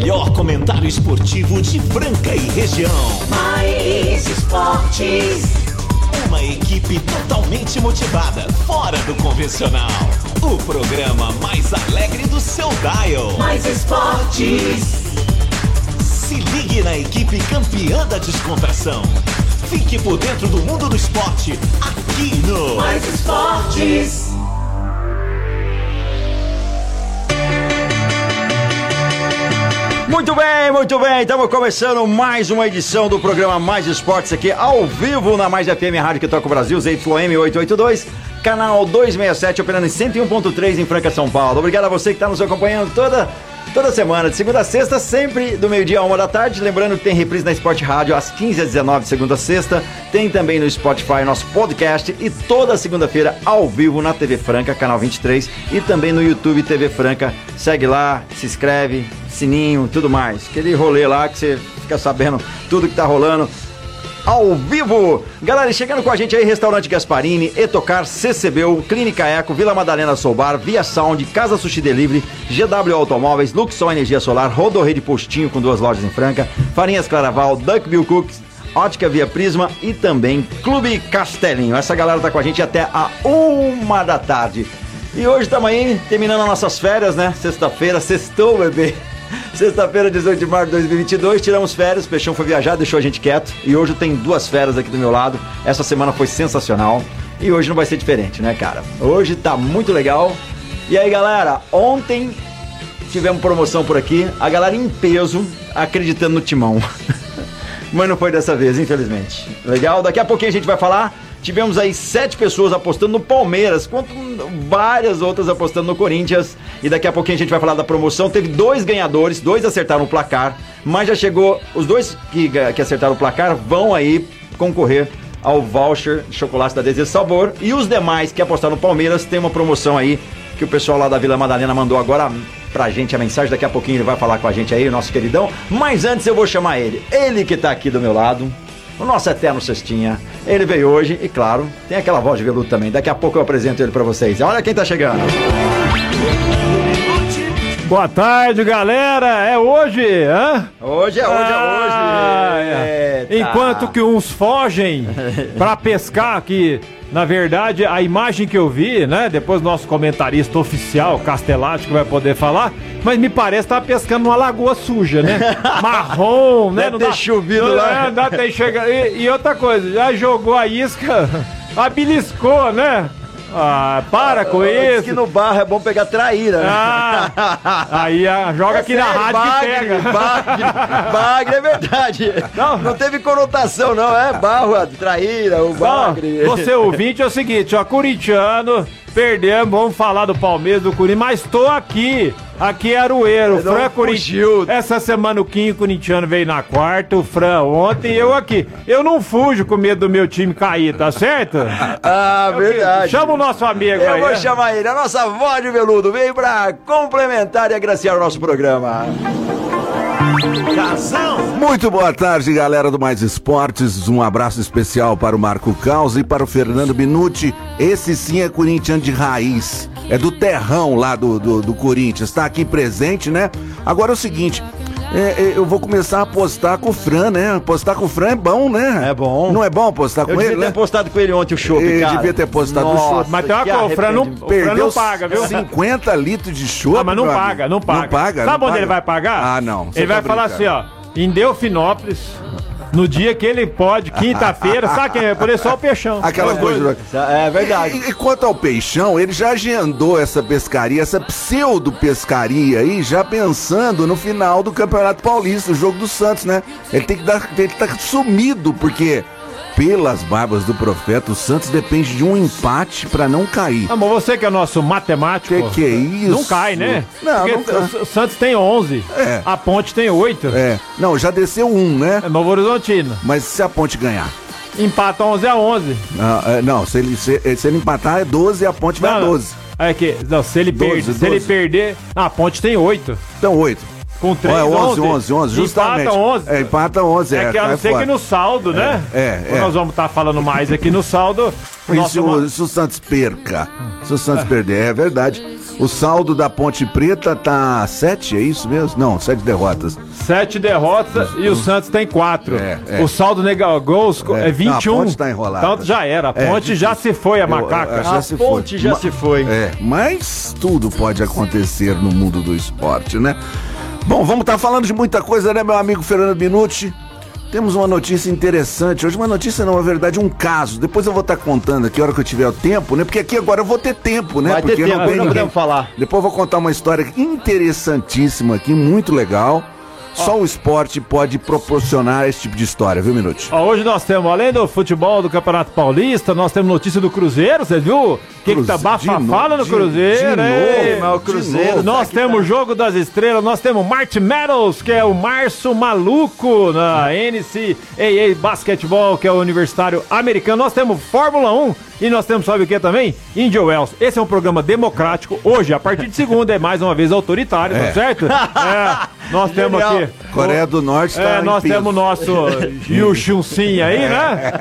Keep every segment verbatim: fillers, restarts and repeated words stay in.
maior comentário esportivo de Franca e região. Mais Esportes. Uma equipe totalmente motivada, fora do convencional. O programa mais alegre do seu dial. Mais Esportes. Se ligue na equipe campeã da descontração. Fique por dentro do mundo do esporte, aqui no Mais Esportes. Muito bem, muito bem, estamos começando mais uma edição do programa Mais Esportes aqui ao vivo na Mais F M Rádio que toca o Brasil, Z Y M oitocentos e oitenta e dois, canal duzentos e sessenta e sete, operando em cento e um ponto três em Franca, São Paulo. Obrigado a você que está nos acompanhando toda, toda semana, de segunda a sexta, sempre do meio-dia a uma da tarde. Lembrando que tem reprise na Sport Rádio às quinze às dezenove, segunda a sexta. Tem também no Spotify nosso podcast e toda segunda-feira ao vivo na T V Franca, canal vinte e três, e também no YouTube T V Franca. Segue lá, se inscreve, sininho, tudo mais. Aquele rolê lá que você fica sabendo tudo que tá rolando ao vivo. Galera, chegando com a gente aí, Restaurante Gasparini, Etocar, C C B U, Clínica Eco, Vila Madalena Soubar, Via Sound, Casa Sushi Delivery, G W Automóveis, Luxol Energia Solar, Rodorrede Postinho com duas lojas em Franca, Farinhas Claraval, Duckbill Cooks, Ótica Via Prisma e também Clube Castelinho. Essa galera tá com a gente até a uma da tarde. E hoje estamos aí terminando as nossas férias, né? Sexta-feira, sextou, bebê. Sexta-feira, dezoito de março de dois mil e vinte e dois, tiramos férias, o Peixão foi viajar, deixou a gente quieto. E hoje tem duas férias aqui do meu lado. Essa semana foi sensacional. E hoje não vai ser diferente, né, cara? Hoje tá muito legal. E aí, galera, ontem tivemos promoção por aqui. A galera em peso, acreditando no Timão. Mas não foi dessa vez, infelizmente. Legal? Daqui a pouquinho a gente vai falar. Tivemos aí sete pessoas apostando no Palmeiras, quanto várias outras apostando no Corinthians. E daqui a pouquinho a gente vai falar da promoção. Teve dois ganhadores, dois acertaram o placar, mas já chegou, os dois que, que acertaram o placar vão aí concorrer ao voucher de chocolate da Desejo Sabor. E os demais que apostaram no Palmeiras, tem uma promoção aí que o pessoal lá da Vila Madalena mandou agora pra gente a mensagem. Daqui a pouquinho ele vai falar com a gente aí, o nosso queridão. Mas antes eu vou chamar ele, ele que tá aqui do meu lado, o nosso eterno Cestinha. Ele veio hoje e, claro, tem aquela voz de veludo também. Daqui a pouco eu apresento ele pra vocês. Olha quem tá chegando. Boa tarde, galera. É hoje, hã? Hoje é hoje, ah, é hoje. Enquanto que uns fogem pra pescar, que, na verdade, a imagem que eu vi, né? Depois o nosso comentarista oficial, Castelático, vai poder falar. Mas me parece que tá pescando numa lagoa suja, né? Marrom, né? Deve não ter dá, chovido não, lá. É, dá, tem chega, e, e outra coisa, já jogou a isca, beliscou, né? Ah, para com Diz isso. que no barro é bom pegar traíra. Ah, aí ah, joga é aqui sério, na rádio bagre, que pega. Bagre, bagre é verdade. Não. Não teve conotação, não. É barro, a traíra, o bagre. Não, você ouvinte é o seguinte, ó, corintiano, perdemos, vamos falar do Palmeiras, do Corinthians, mas tô aqui. Aqui é Aroeiro, o Fran Corintiano. Essa semana o Quinho Corintiano veio na quarta, o Fran ontem e eu aqui. Eu não fujo com medo do meu time cair, tá certo? Ah, verdade. Chama o nosso amigo eu aí. Eu vou né? chamar ele, a nossa voz de veludo veio pra complementar e agraciar o nosso programa. Casão. Muito boa tarde, galera do Mais Esportes. Um abraço especial para o Marco Caos e para o Fernando Minuti. Esse sim é corintiano de raiz. É do terrão lá do, do, do Corinthians. Está aqui presente, né? Agora é o seguinte. É, é, eu vou começar a apostar com o Fran, né? Apostar com o Fran é bom, né? É bom. Não é bom apostar com eu ele, Eu devia né? ter apostado com ele ontem o chopp, Ele cara. devia ter apostado no chopp. Mas tem uma coisa, o Fran não, o Fran não paga, viu? cinquenta litros de chopp. Ah, mas não paga, não paga. Não paga, Sabe não onde paga? ele vai pagar? Ah, não. Ele vai falar assim, ó, em Delfinópolis, no dia que ele pode, quinta-feira, sabe quem é? Por isso só o Peixão. Aquela coisa. É verdade. E, e quanto ao Peixão, ele já agendou essa pescaria, essa pseudo-pescaria aí, já pensando no final do Campeonato Paulista, o jogo do Santos, né? Ele tem que dar, tem que estar sumido, porque pelas barbas do profeta, o Santos depende de um empate pra não cair. Ah, mas você que é nosso matemático. Que que é isso? Não cai, né? Não, Porque não cai. o Santos tem onze, É. a Ponte tem oito. É, não, já desceu um, né? É Novo Horizontino. Mas se a Ponte ganhar? Empata onze a onze. Ah, é, não, se ele, se, se ele empatar é doze e a Ponte vai a doze. É que, não, se ele, doze, perde, doze. se ele perder, ah, a Ponte tem oito. Então oito. Com três, é onze, onze, onze, justamente. Empata onze. É, empata onze, é. É que a não ser que no saldo, né? É, é. Nós vamos estar falando mais aqui no saldo. E se o, se o Santos perca? Se o Santos perder, é verdade. O saldo da Ponte Preta tá sete, é isso mesmo? Não, sete derrotas. Sete derrotas e o Santos tem quatro. É, é. O saldo nega gols é, é vinte e um. Não, a Ponte tá enrolada. Então já era. A Ponte é, já se foi, a macaca. Eu, eu, a se Ponte foi. já se foi. É, mas tudo pode acontecer no mundo do esporte, né? Bom, vamos estar tá falando de muita coisa, né, meu amigo Fernando Minucci? Temos uma notícia interessante hoje, uma notícia não, na verdade, um caso. Depois eu vou estar tá contando aqui, a hora que eu tiver o tempo, né? Porque aqui agora eu vou ter tempo, né? Vai Porque ter tempo, não, tem não ninguém. podemos falar. Depois eu vou contar uma história interessantíssima aqui, muito legal. Só o esporte pode proporcionar esse tipo de história, viu, Minuti? Ó, hoje nós temos, além do futebol do Campeonato Paulista, nós temos notícia do Cruzeiro, você viu? O que, que tá bafafala no Cruzeiro? De hein? novo, o Cruzeiro. Nós tá temos o tá... Jogo das Estrelas, nós temos March Medals, que é o Março Maluco, na N C A A Basquetebol, que é o Universitário Americano. Nós temos Fórmula um e nós temos, sabe o que também? India Wells. Esse é um programa democrático. Hoje, a partir de segunda, é mais uma vez autoritário, é. Tá certo? É, nós temos aqui... Coreia do Norte tá É, nós temos o nosso Yu Chun Sin aí, né?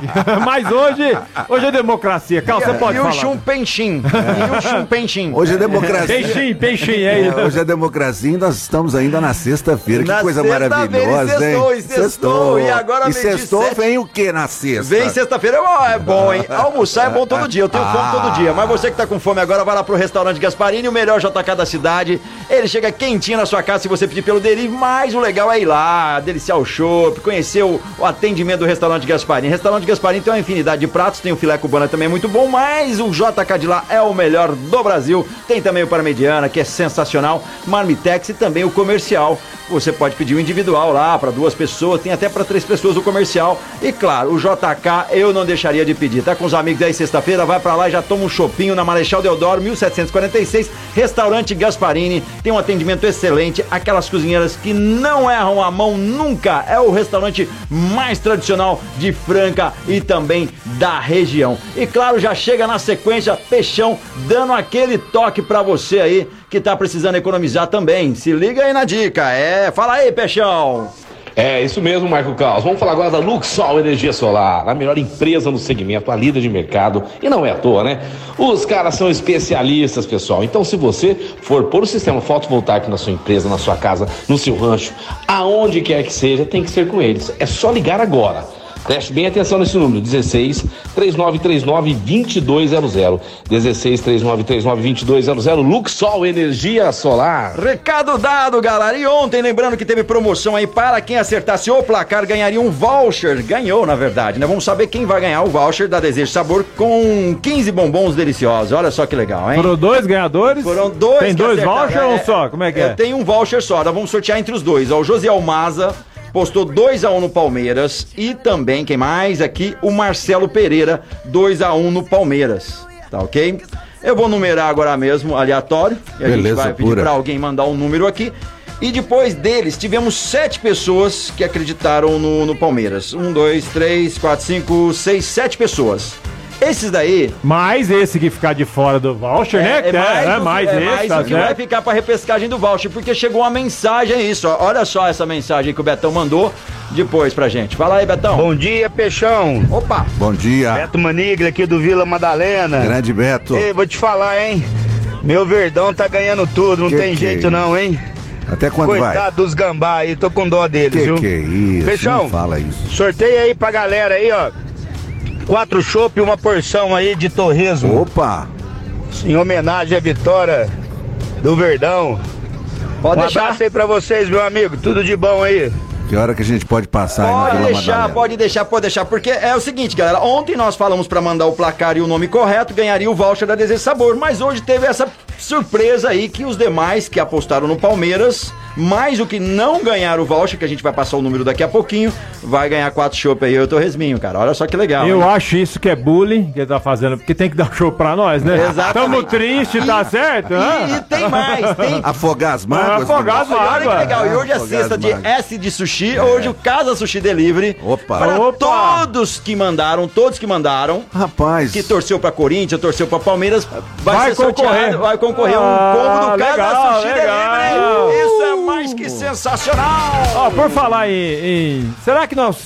Mas hoje, hoje é democracia. Cal, você pode falar. Yu Chun Penchim. Yu Chun Penchim. Hoje é democracia. Penchim, Penchim, é isso. Hoje é democracia e nós estamos ainda na sexta-feira. Que Na coisa sexta maravilhosa, sextou, hein? E sextou, e agora E sextou vem o que na sexta? Vem sexta-feira, é bom, hein? Almoçar é bom todo dia, eu tenho fome todo dia. Mas você que tá com fome agora, vai lá pro restaurante Gasparini, o melhor J K da cidade. Ele chega quentinho na sua casa se você pedir pelo delivery, mas o legal é ir lá, deliciar o chopp, conhecer o, o atendimento do restaurante Gasparini. Restaurante Gasparini tem uma infinidade de pratos, tem o filé cubano também muito bom, mas o J K de lá é o melhor do Brasil. Tem também o Parmegiana, que é sensacional, Marmitex e também o comercial. Você pode pedir o individual lá para duas pessoas, tem até para três pessoas o comercial. E claro, o J K eu não deixaria de pedir. Tá com os amigos aí sexta-feira, vai para lá e já toma um chopinho na Marechal Deodoro, mil setecentos e quarenta e seis, Restaurante Gasparini. Tem um atendimento excelente, aquelas cozinheiras que não erram a mão nunca. É o restaurante mais tradicional de Franca e também da região. E claro, já chega na sequência Peixão dando aquele toque para você aí que tá precisando economizar também. Se liga aí na dica. É, fala aí, Peixão. É, isso mesmo, Marco Carlos. Vamos falar agora da Luxol Energia Solar, a melhor empresa no segmento, a líder de mercado, e não é à toa, né? Os caras são especialistas, pessoal. Então, se você for pôr o sistema fotovoltaico na sua empresa, na sua casa, no seu rancho, aonde quer que seja, tem que ser com eles. É só ligar agora. Preste bem atenção nesse número, dezesseis, três nove três nove, dois dois zero zero, dezesseis, três nove três nove, dois dois zero zero, Luxol Energia Solar. Recado dado, galera, e ontem, lembrando que teve promoção aí para quem acertasse o placar, ganharia um voucher, ganhou na verdade, né? Vamos saber quem vai ganhar o voucher da Desejo Sabor com quinze bombons deliciosos, olha só que legal, hein? Foram dois ganhadores? Foram dois. Tem dois vouchers ou um só? Como é que é? Tem um voucher só, nós vamos sortear entre os dois, ó, o José Almaza postou dois a um no Palmeiras e também, quem mais aqui? O Marcelo Pereira, dois a um no Palmeiras, tá ok? Eu vou numerar agora mesmo, aleatório, e a Beleza, gente vai pedir pura. pra alguém mandar um número aqui. E depois deles, tivemos sete pessoas que acreditaram no, no Palmeiras. Um, dois, três, quatro, cinco, seis, sete pessoas. Esses daí... Mais esse que ficar de fora do voucher, é, né? É mais, é, do, mais é esse, mais tá o que vai certo? ficar pra repescagem do voucher, porque chegou uma mensagem, é isso, ó. Olha só essa mensagem que o Betão mandou depois pra gente. Fala aí, Betão. Bom dia, Peixão. Opa. Bom dia. Beto Maniglia aqui do Vila Madalena. Grande Beto. Ei, vou te falar, hein? Meu Verdão tá ganhando tudo, não Que tem que jeito é não, hein? Até quando Coitado vai? dos gambá aí, tô com dó deles, Que viu? que é isso? Peixão, Não fala isso. sorteio aí pra galera aí, ó. Quatro chopp e uma porção aí de torresmo. Opa! Em homenagem à vitória do Verdão. Pode um deixar. abraço aí pra vocês, meu amigo. Tudo de bom aí. Que hora que a gente pode passar aí na Pode Vila deixar, Madalena? pode deixar, pode deixar, porque é o seguinte, galera, ontem nós falamos pra mandar o placar e o nome correto, ganharia o voucher da Desejo Sabor, mas hoje teve essa surpresa aí que os demais que apostaram no Palmeiras, mais o que não ganharam o voucher, que a gente vai passar o número daqui a pouquinho, vai ganhar quatro chopp aí, eu tô resminho, cara, olha só que legal. Eu hein? acho isso que é bullying que ele tá fazendo, porque tem que dar show pra nós, né? Exatamente. Tamo triste, tá certo? E, e tem mais, tem... Afogar as mágoas? Afogar as Olha que mágoas. legal, e hoje é Afogar sexta as de mágoas. S de Sushi, hoje o Casa Sushi Delivery, Opa. pra Opa. todos que mandaram, todos que mandaram, Rapaz. que torceu pra Corinthians, torceu pra Palmeiras, vai, Vai ser sorteado, concorrer. vai concorrer Ah, um combo do Casa legal, Sushi legal. Delivery. Isso é mais que sensacional. Ó, por falar em, em- será que nós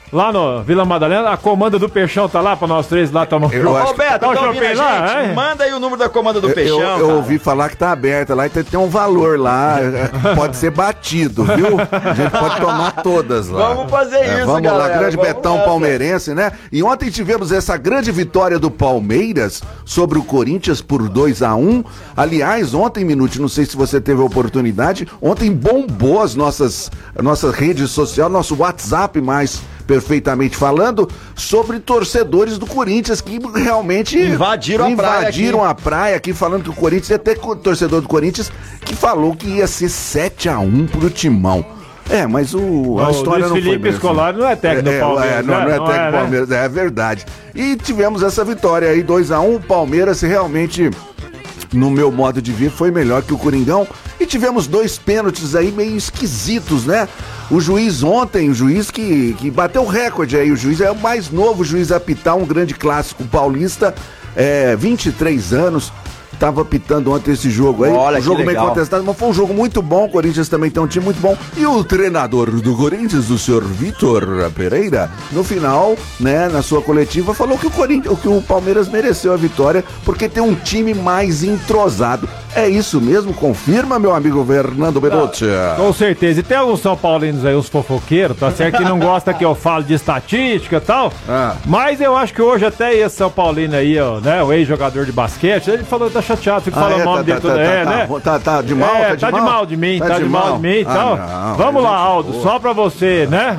lá no Vila Madalena, a comanda do Peixão tá lá pra nós três lá tomar um chopp. Roberto, tá ouvindo a lá, gente? Manda aí o número da comanda do eu, Peixão, Eu, eu ouvi falar que tá aberta lá e tem, tem um valor lá, pode ser batido, viu? A gente pode tomar todas lá. Vamos fazer é, isso, vamos galera. Vamos lá, grande vamos Betão nessa. palmeirense, né? E ontem tivemos essa grande vitória do Palmeiras sobre o Corinthians por dois a um. Aliás, ontem, Minuti, não sei se você teve a oportunidade, ontem bombou as nossas, a nossa rede social, nosso WhatsApp mais perfeitamente falando, sobre torcedores do Corinthians que realmente invadiram a praia invadiram aqui. a praia aqui, falando que o Corinthians, ia ter torcedor do Corinthians que falou que ia ser sete a um pro Timão. É, mas o, a o história Luiz não Felipe foi mesmo. Scolari não é técnico é, do Palmeiras. É, não, né? não é não técnico do é, Palmeiras, né? É verdade. E tivemos essa vitória aí, dois a um, o Palmeiras realmente, no meu modo de ver, foi melhor que o Coringão. E tivemos dois pênaltis aí meio esquisitos, né? O juiz ontem, o juiz que, que bateu o recorde aí, o juiz é o mais novo juiz a apitar um grande clássico paulista, é, vinte e três anos, tava apitando ontem esse jogo aí. Olha, um jogo que meio legal. contestado, mas foi um jogo muito bom. O Corinthians também tem um time muito bom. E o treinador do Corinthians, o senhor Vitor Pereira, no final, né, na sua coletiva, falou que o Corinthians, que o Palmeiras mereceu a vitória porque tem um time mais entrosado. É isso mesmo? Confirma, meu amigo Fernando Benucci? Ah, com certeza. E tem alguns São Paulinos aí, uns fofoqueiros, tá certo? Que não gosta que eu falo de estatística e tal. Ah. Mas eu acho que hoje até esse São Paulino aí, ó, né? O ex-jogador de basquete, ele falou que tá chateado, fica ah, falando o é, nome tá, dele tá, tudo. Tá, é, tá, né? Tá, tá de mal? É, tá, de, tá mal? de mal de mim, tá, tá de, de mal, mal de mim e ah, tal. Não, vamos lá, Aldo, boa. Só pra você, né?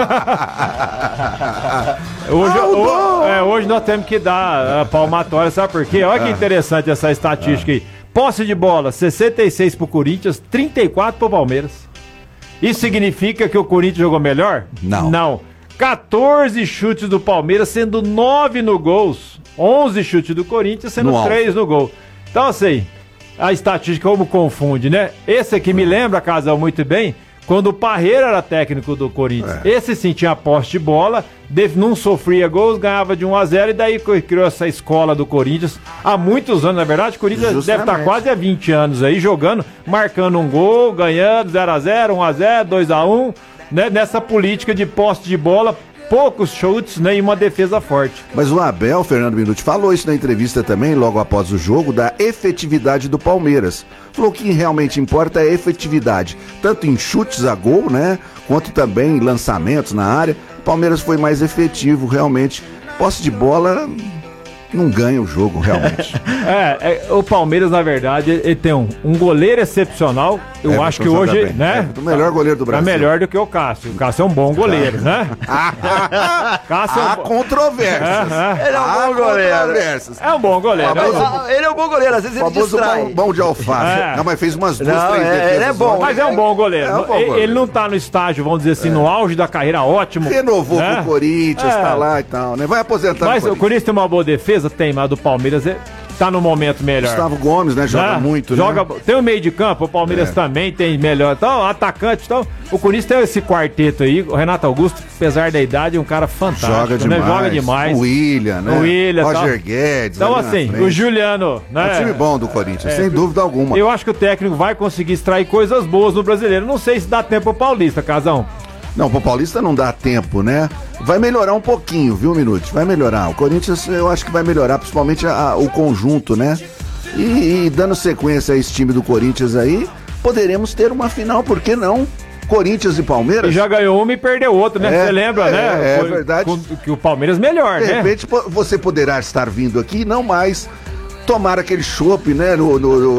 hoje, o, é, hoje nós temos que dar a palmatória, sabe por quê? Olha que interessante essa estatística aí. Posse de bola, sessenta e seis pro Corinthians, trinta e quatro pro Palmeiras. Isso significa que o Corinthians jogou melhor? Não. Não. quatorze chutes do Palmeiras, sendo nove no gols. onze chutes do Corinthians, sendo no três alto. No gol. Então, assim, a estatística como confunde, né? Esse aqui me lembra, Casal, muito bem, quando o Parreira era técnico do Corinthians. É. Esse sim tinha posse de bola, não sofria gols, ganhava de um a zero e daí criou essa escola do Corinthians há muitos anos, na verdade. O Corinthians Justamente. deve estar quase há vinte anos aí jogando, marcando um gol, ganhando zero a zero, um a zero, dois a um, né? Nessa política de posse de bola, poucos chutes, né, e uma defesa forte. Mas o Abel, Fernando Minuti, falou isso na entrevista também, logo após o jogo, da efetividade do Palmeiras. Falou que realmente importa é a efetividade, tanto em chutes a gol, né, quanto também em lançamentos na área. O Palmeiras foi mais efetivo, realmente. Posse de bola não ganha o jogo, realmente. é, é, o Palmeiras, na verdade, ele tem um, um goleiro excepcional. Eu é, acho que hoje, né? É, o melhor goleiro do Brasil. É melhor do que o Cássio. O Cássio é um bom goleiro, né? Cássio Há é um... controvérsias. É, ele é um Há bom goleiro. É um bom goleiro. Famoso, ele é um bom goleiro, às vezes ele distrai. Bom, bom de alface. É. Não, mas fez umas duas, não, três é, defesas. Ele é bom. Mas é um bom goleiro. É um bom goleiro. Ele não tá no estágio, vamos dizer assim, é. no auge da carreira, ótimo. Renovou né? pro Corinthians, é. tá lá e tal, né? Vai aposentar. Mas o Corinthians tem uma boa defesa? Tem, mas do Palmeiras é... tá no momento melhor. Gustavo Gomes, né? Joga né? muito, Joga, né? Tem o meio de campo, o Palmeiras é. também tem melhor. Então, atacante, então, o Corinthians tem esse quarteto aí. O Renato Augusto, apesar da idade, é um cara fantástico. Joga demais. Né? Joga demais. O William, né? O William, Roger tal. Guedes. Então, assim, o Juliano, né? É um time bom do Corinthians, é, sem dúvida alguma. Eu acho que o técnico vai conseguir extrair coisas boas no brasileiro. Não sei se dá tempo pro Paulista, Casão. Não, pro Paulista não dá tempo, né? Vai melhorar um pouquinho, viu, Minuti? Vai melhorar. O Corinthians, eu acho que vai melhorar, principalmente a, a, o conjunto, né? E, e dando sequência a esse time do Corinthians aí, poderemos ter uma final, por que não? Corinthians e Palmeiras. E já ganhou uma e perdeu outra, né? É, você lembra, é, né? É, Foi, verdade. Com, que o Palmeiras melhor, de né? De repente você poderá estar vindo aqui, não mais tomar aquele chopp, né? No, no, no, no,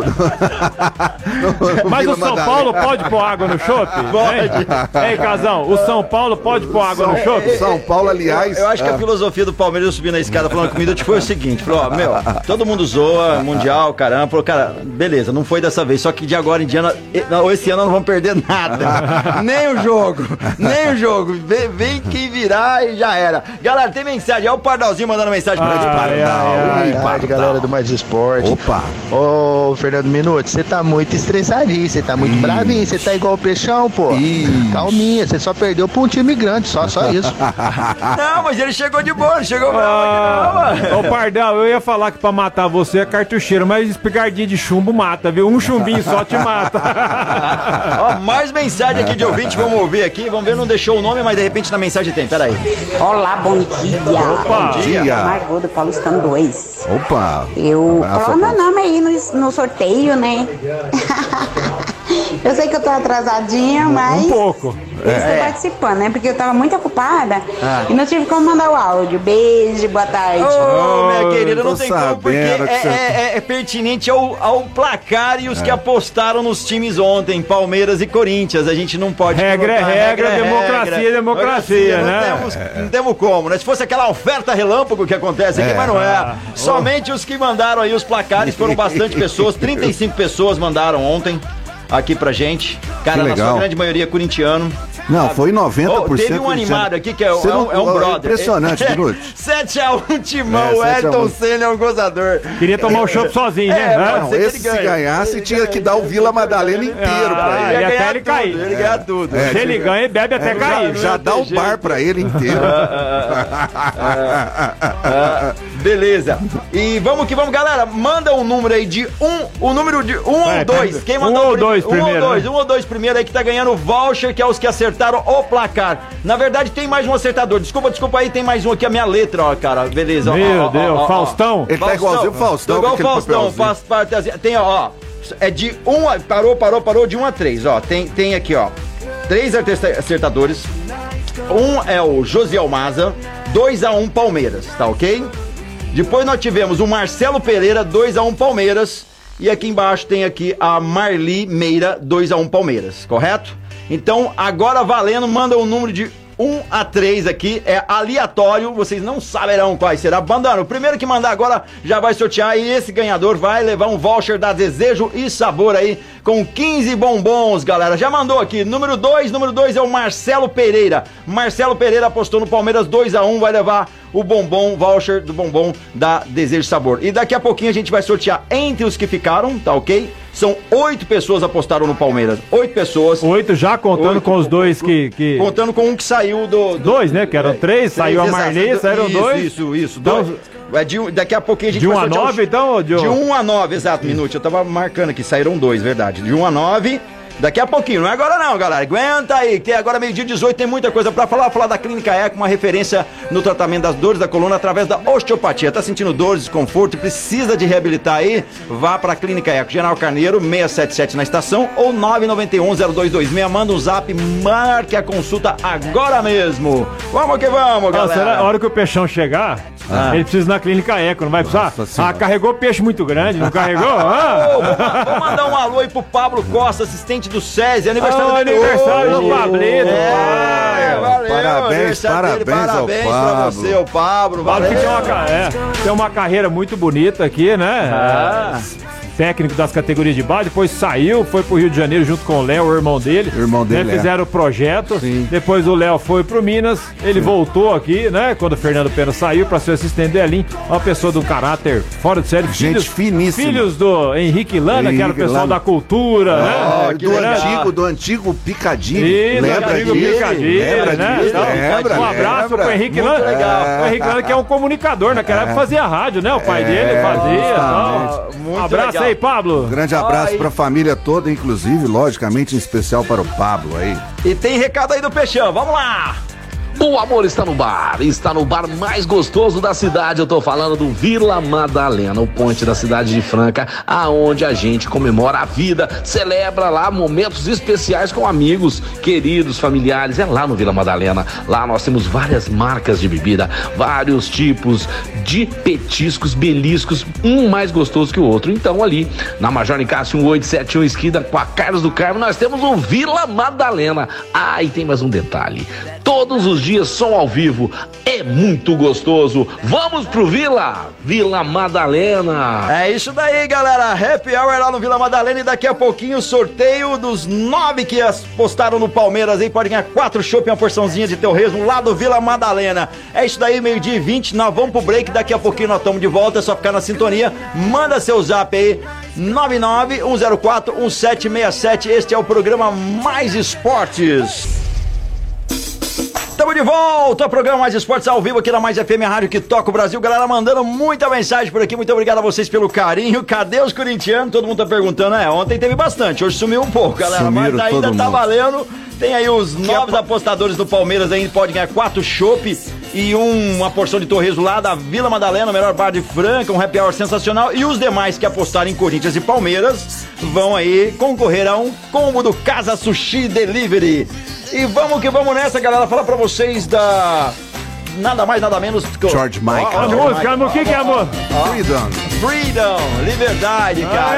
no Mas Vila o São Madalena. Paulo pode pôr água no chopp? Pode. Ei, Casão, o São Paulo pode pôr água São, no chopp? São Paulo, aliás... Eu, eu acho que a filosofia do Palmeiras, eu subi na escada falando comigo, foi o seguinte, falou, ó, meu, todo mundo zoa, mundial, caramba, falou, cara, beleza, não foi dessa vez, só que de agora em diante, esse ano nós não vamos perder nada, nem o jogo, nem o jogo, vem, vem quem virar e já era. Galera, tem mensagem, olha o Pardalzinho mandando mensagem pra gente. Boa tarde, galera do Mais esportes. Opa! Ô, Fernando Minuti, você tá muito estressadinho, você tá muito bravinho, você tá igual o Peixão, pô. Ixi. Calminha, você só perdeu pra um time grande, só, só isso. Não, mas ele chegou de boa, ele chegou bravo Ah, aqui não, ô Pardal, eu ia falar que pra matar você é cartucheiro, mas espigardinha de chumbo mata, viu? Um chumbinho só te mata. Ó, mais mensagem aqui de ouvinte, vamos ouvir aqui, vamos ver, não deixou o nome, mas de repente na mensagem tem, peraí. Olá, bom dia. Opa. Bom dia. Margot do Paulistano dois. Opa! Eu Abraço, coloco meu Afonso. nome aí no, no sorteio, né? Eu sei que eu tô atrasadinha, mas Um pouco. eu estou participando, né? Porque eu tava muito ocupada e não tive como mandar o áudio. Beijo, boa tarde. Ô, minha querida, não tô tem como, porque é, sabendo que você- é- é- é pertinente ao, ao placar e os que apostaram nos times ontem, Palmeiras e Corinthians. A gente não pode... Regra é colocar, regra, democracia é democracia, não né? Temos, não temos como, né? Se fosse aquela oferta relâmpago que acontece aqui, É. mas não é. Somente os que mandaram aí os placares, foram bastante pessoas, trinta e cinco pessoas mandaram ontem aqui pra gente. Cara, Que na sua legal. grande maioria corintiano. Não, foi noventa por cento. Oh, teve um animado aqui que é, Você é um, não- é um ó, brother. Impressionante, Minuto. sete a um Timão, É, o sete a Ayrton um. Senna é um gozador. Queria tomar o chopp sozinho, né? É, Hã? pode Não, ser que esse ele se ganhe. ganhasse tinha que dar o Vila Madalena inteiro Ah, pra ele ele. ia ganhar até ele tudo, cair. Ele ganha tudo. É, Se ele ganha, ele bebe até cair. Já dá o bar pra ele inteiro. Ah, beleza. E vamos que vamos, galera. Manda um número aí de um, o número de um Vai, ou dois. tá- Quem um mandou ou o prim- dois um primeiro, ou dois, né? um ou dois primeiro aí que tá ganhando o voucher, que é os que acertaram o placar. Na verdade, tem mais um acertador. Desculpa, desculpa aí, tem mais um aqui, a minha letra, ó, cara. Beleza. ó, Meu ó, ó, Deus, ó, ó. Faustão. Ele tá igualzinho o Faustão, Tô igual o com aquele Faustão. papelzinho. Faz parte, assim, tem, ó, ó. É de um a, parou, parou, parou, de um a três, ó. Tem, tem aqui, ó. Três artesta- acertadores. Um é o Josiel Maza, dois a um Palmeiras, tá ok? Depois nós tivemos o Marcelo Pereira, dois a um Palmeiras. E aqui embaixo tem aqui a Marli Meira, dois a um Palmeiras, correto? Então, agora valendo, manda um número de um a três aqui, é aleatório, vocês não saberão quais será. Bandano, o primeiro que mandar agora já vai sortear e esse ganhador vai levar um voucher da Desejo e Sabor aí, com quinze bombons, galera. Já mandou aqui, número dois, número dois é o Marcelo Pereira. Marcelo Pereira apostou no Palmeiras dois a um, vai levar o bombom, voucher do bombom da Desejo e Sabor. E daqui a pouquinho a gente vai sortear entre os que ficaram, tá ok? São oito pessoas apostaram no Palmeiras, oito pessoas. Oito já contando Oito. com os dois que... que... Contando com um que saiu do... do Dois, né? Que eram três, saiu a exato. Marley, saíram isso, dois. Isso, isso, Então, dois. É de, um- daqui a pouquinho a gente De um vai a sortear nove, os- então? Ou de... De um a nove, exato, minuto. Eu tava marcando aqui, saíram dois, verdade. De um a nove, daqui a pouquinho. Não é agora não, galera. Aguenta aí, que agora meio-dia e dezoito tem muita coisa pra falar. Falar da Clínica Eco, uma referência no tratamento das dores da coluna através da osteopatia. Tá sentindo dores, desconforto e precisa de reabilitar aí? Vá pra Clínica Eco. General Carneiro, seiscentos e setenta e sete na estação ou nove nove um, zero dois dois seis. Manda um zap, marque a consulta agora mesmo. Vamos que vamos, Ah, galera. será, a hora que o peixão chegar, ele precisa ir na Clínica Eco, não vai precisar? Nossa Senhora. Ah, carregou peixe muito grande, não carregou? Ah, Ô, vou, vou mandar um alô aí pro Pablo Costa, assistente do SESI, aniversário Ah, dele. aniversário do Ô, Pablito. É, valeu, Parabéns, aniversário dele, parabéns ao parabéns pra Pablo. você, o Pablo, Fala valeu. que tem uma, ca- é, tem uma carreira muito bonita aqui, né? Ah. É, técnico das categorias de base, depois saiu, foi pro Rio de Janeiro junto com o Léo, o irmão dele. O irmão dele, né, é. fizeram o projeto. Sim. Depois o Léo foi pro Minas, ele voltou aqui, né? Quando o Fernando Pena saiu pra ser assistente do Elim. Uma pessoa do caráter fora de série. Gente finíssima. Filhos do Henrique Lana, que era o Henrique pessoal Lana. da cultura, né? Ah, que do legal. antigo, do antigo Picadilly. Isso, Lembra amigo disso? Picadilly, Lembra né? disso? Então, Lembra, um abraço lembra? pro Henrique Muito Lana. legal. O Henrique Lana que é um comunicador, naquela época fazia rádio, né? O pai É, dele fazia. justamente. Tal. Muito Um abraço legal. aí, Pablo. Um grande abraço Ai. pra família toda, inclusive, logicamente, em especial para o Pablo aí. E tem recado aí do Peixão, vamos lá. O amor está no bar, está no bar mais gostoso da cidade. Eu tô falando do Vila Madalena, o ponte da cidade de Franca, aonde a gente comemora a vida, celebra lá momentos especiais com amigos, queridos, familiares. É lá no Vila Madalena. Lá nós temos várias marcas de bebida, vários tipos de petiscos, beliscos, um mais gostoso que o outro. Então ali na Major Nicásio mil oitocentos e setenta e um, esquina com a Carlos do Carmo, nós temos o Vila Madalena. Ah, e tem mais um detalhe. Todos os Energia, som ao vivo. É muito gostoso. Vamos pro Vila, Vila Madalena. É isso daí, galera. Happy Hour lá no Vila Madalena e daqui a pouquinho o sorteio dos nove que postaram no Palmeiras aí. Pode ganhar quatro chopp e uma porçãozinha de torresmo lá do Vila Madalena. É isso daí, meio-dia e vinte. Nós vamos pro break. Daqui a pouquinho nós estamos de volta. É só ficar na sintonia. Manda seu zap aí. nove nove um zero quatro um sete seis sete. Este é o programa Mais Esportes. Estamos de volta ao programa Mais Esportes ao vivo aqui na Mais F M, a rádio que toca o Brasil. Galera mandando muita mensagem por aqui, muito obrigado a vocês pelo carinho. Cadê os corintianos? Todo mundo tá perguntando, é, ontem teve bastante, hoje sumiu um pouco, galera, Sumiram mas ainda tá mundo. valendo. Tem aí os novos a... apostadores do Palmeiras aí, podem ganhar quatro chopp e um, uma porção de torresmo lá da Vila Madalena, melhor bar de Franca, um happy hour sensacional. E os demais que apostarem em Corinthians e Palmeiras vão aí concorrer a um combo do Casa Sushi Delivery. E vamos que vamos nessa, galera. Falar pra vocês da... Nada mais, nada menos que... George Michael. A música, amor, o que que é, amor? Freedom. Freedom, liberdade, cara.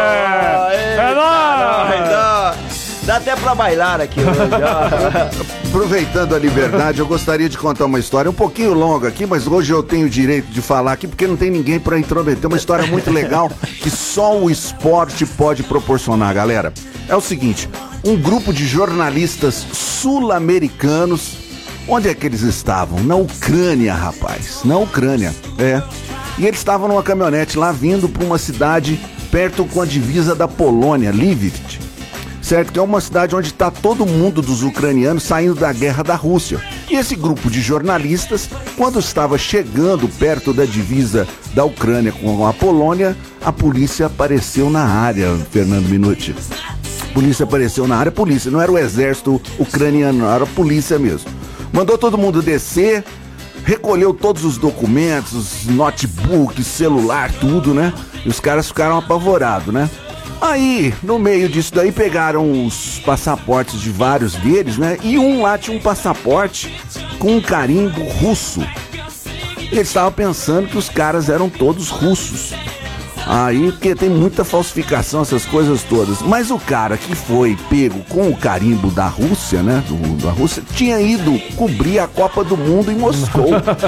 É, é, é nóis. dá, dá até pra bailar aqui hoje. Aproveitando a liberdade, eu gostaria de contar uma história um pouquinho longa aqui, mas hoje eu tenho o direito de falar aqui porque não tem ninguém pra intrometer. Uma história muito legal que só o esporte pode proporcionar, galera. É o seguinte, um grupo de jornalistas sul-americanos, onde é que eles estavam? Na Ucrânia, rapaz, na Ucrânia, é. E eles estavam numa caminhonete lá vindo pra uma cidade perto com a divisa da Polônia, Lviv. Certo? Que é uma cidade onde está todo mundo dos ucranianos saindo da guerra da Rússia. E esse grupo de jornalistas, quando estava chegando perto da divisa da Ucrânia com a Polônia, a polícia apareceu na área, Fernando Minuti. A polícia apareceu na área, polícia, não era o exército ucraniano, era a polícia mesmo. Mandou todo mundo descer, recolheu todos os documentos, notebook, celular, tudo, né? E os caras ficaram apavorados, né? Aí, no meio disso daí, pegaram os passaportes de vários deles, né? E um lá tinha um passaporte com um carimbo russo. Eles estavam pensando que os caras eram todos russos. Aí, porque tem muita falsificação, essas coisas todas. Mas o cara que foi pego com o carimbo da Rússia, né? Do, da Rússia, tinha ido cobrir a Copa do Mundo em Moscou.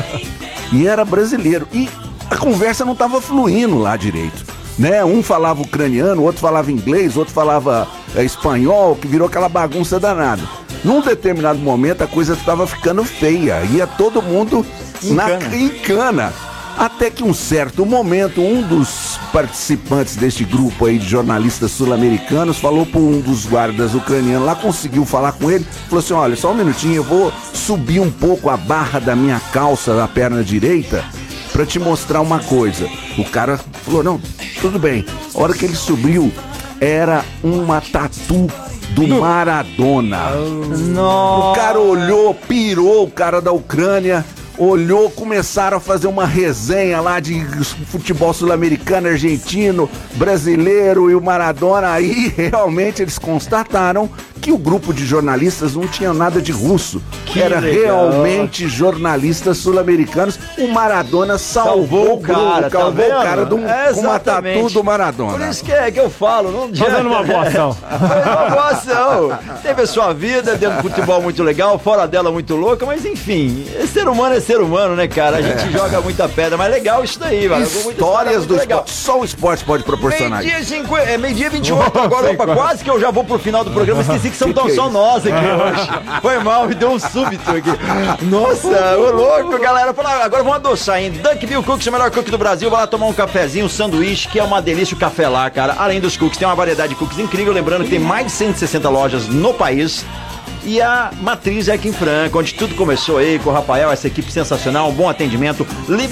E era brasileiro. E a conversa não estava fluindo lá direito. Né? Um falava ucraniano, outro falava inglês, outro falava é, espanhol, que virou aquela bagunça danada. Num determinado momento a coisa estava ficando feia, ia todo mundo em na cana. em cana. Até que um certo momento, um dos participantes deste grupo aí de jornalistas sul-americanos falou para um dos guardas ucranianos lá, conseguiu falar com ele, falou assim, olha, só um minutinho, eu vou subir um pouco a barra da minha calça da perna direita pra te mostrar uma coisa. O cara falou, não, tudo bem. A hora que ele subiu, era uma tatu do Maradona. Nossa. O cara olhou, pirou, o cara da Ucrânia, olhou, começaram a fazer uma resenha lá de futebol sul-americano, argentino, brasileiro e o Maradona. Aí realmente eles constataram que o grupo de jornalistas não tinha nada de russo. Que era legal. Realmente jornalistas sul-americanos. O Maradona salvou, salvou o cara, salvou tá o cara de um, com uma tatu do Maradona. Por isso que é que eu falo, não adianta. Fazendo uma boa ação. Foi uma boa ação. Teve a sua vida dentro do futebol muito legal, fora dela muito louca, mas enfim, ser humano é ser humano, né, cara? A gente é. joga muita pedra, mas legal isso daí, velho. Histórias do esporte, só o esporte pode proporcionar. Meio-dia cinco... é, meio-dia vinte e oito agora, opa, quase que eu já vou pro final do programa, esqueci que são que tão que só é nós aqui hoje. Foi mal, me deu um súbito aqui. Nossa, ô louco, galera. Agora vamos adoçar, hein? Dunkville Cookies, o melhor cookie do Brasil. Vai lá tomar um cafezinho, um sanduíche, que é uma delícia o café lá, cara. Além dos cookies, tem uma variedade de cookies incrível. Lembrando que tem mais de cento e sessenta lojas no país. E a matriz é aqui em Franca, onde tudo começou aí com o Rafael, essa equipe sensacional, um bom atendimento.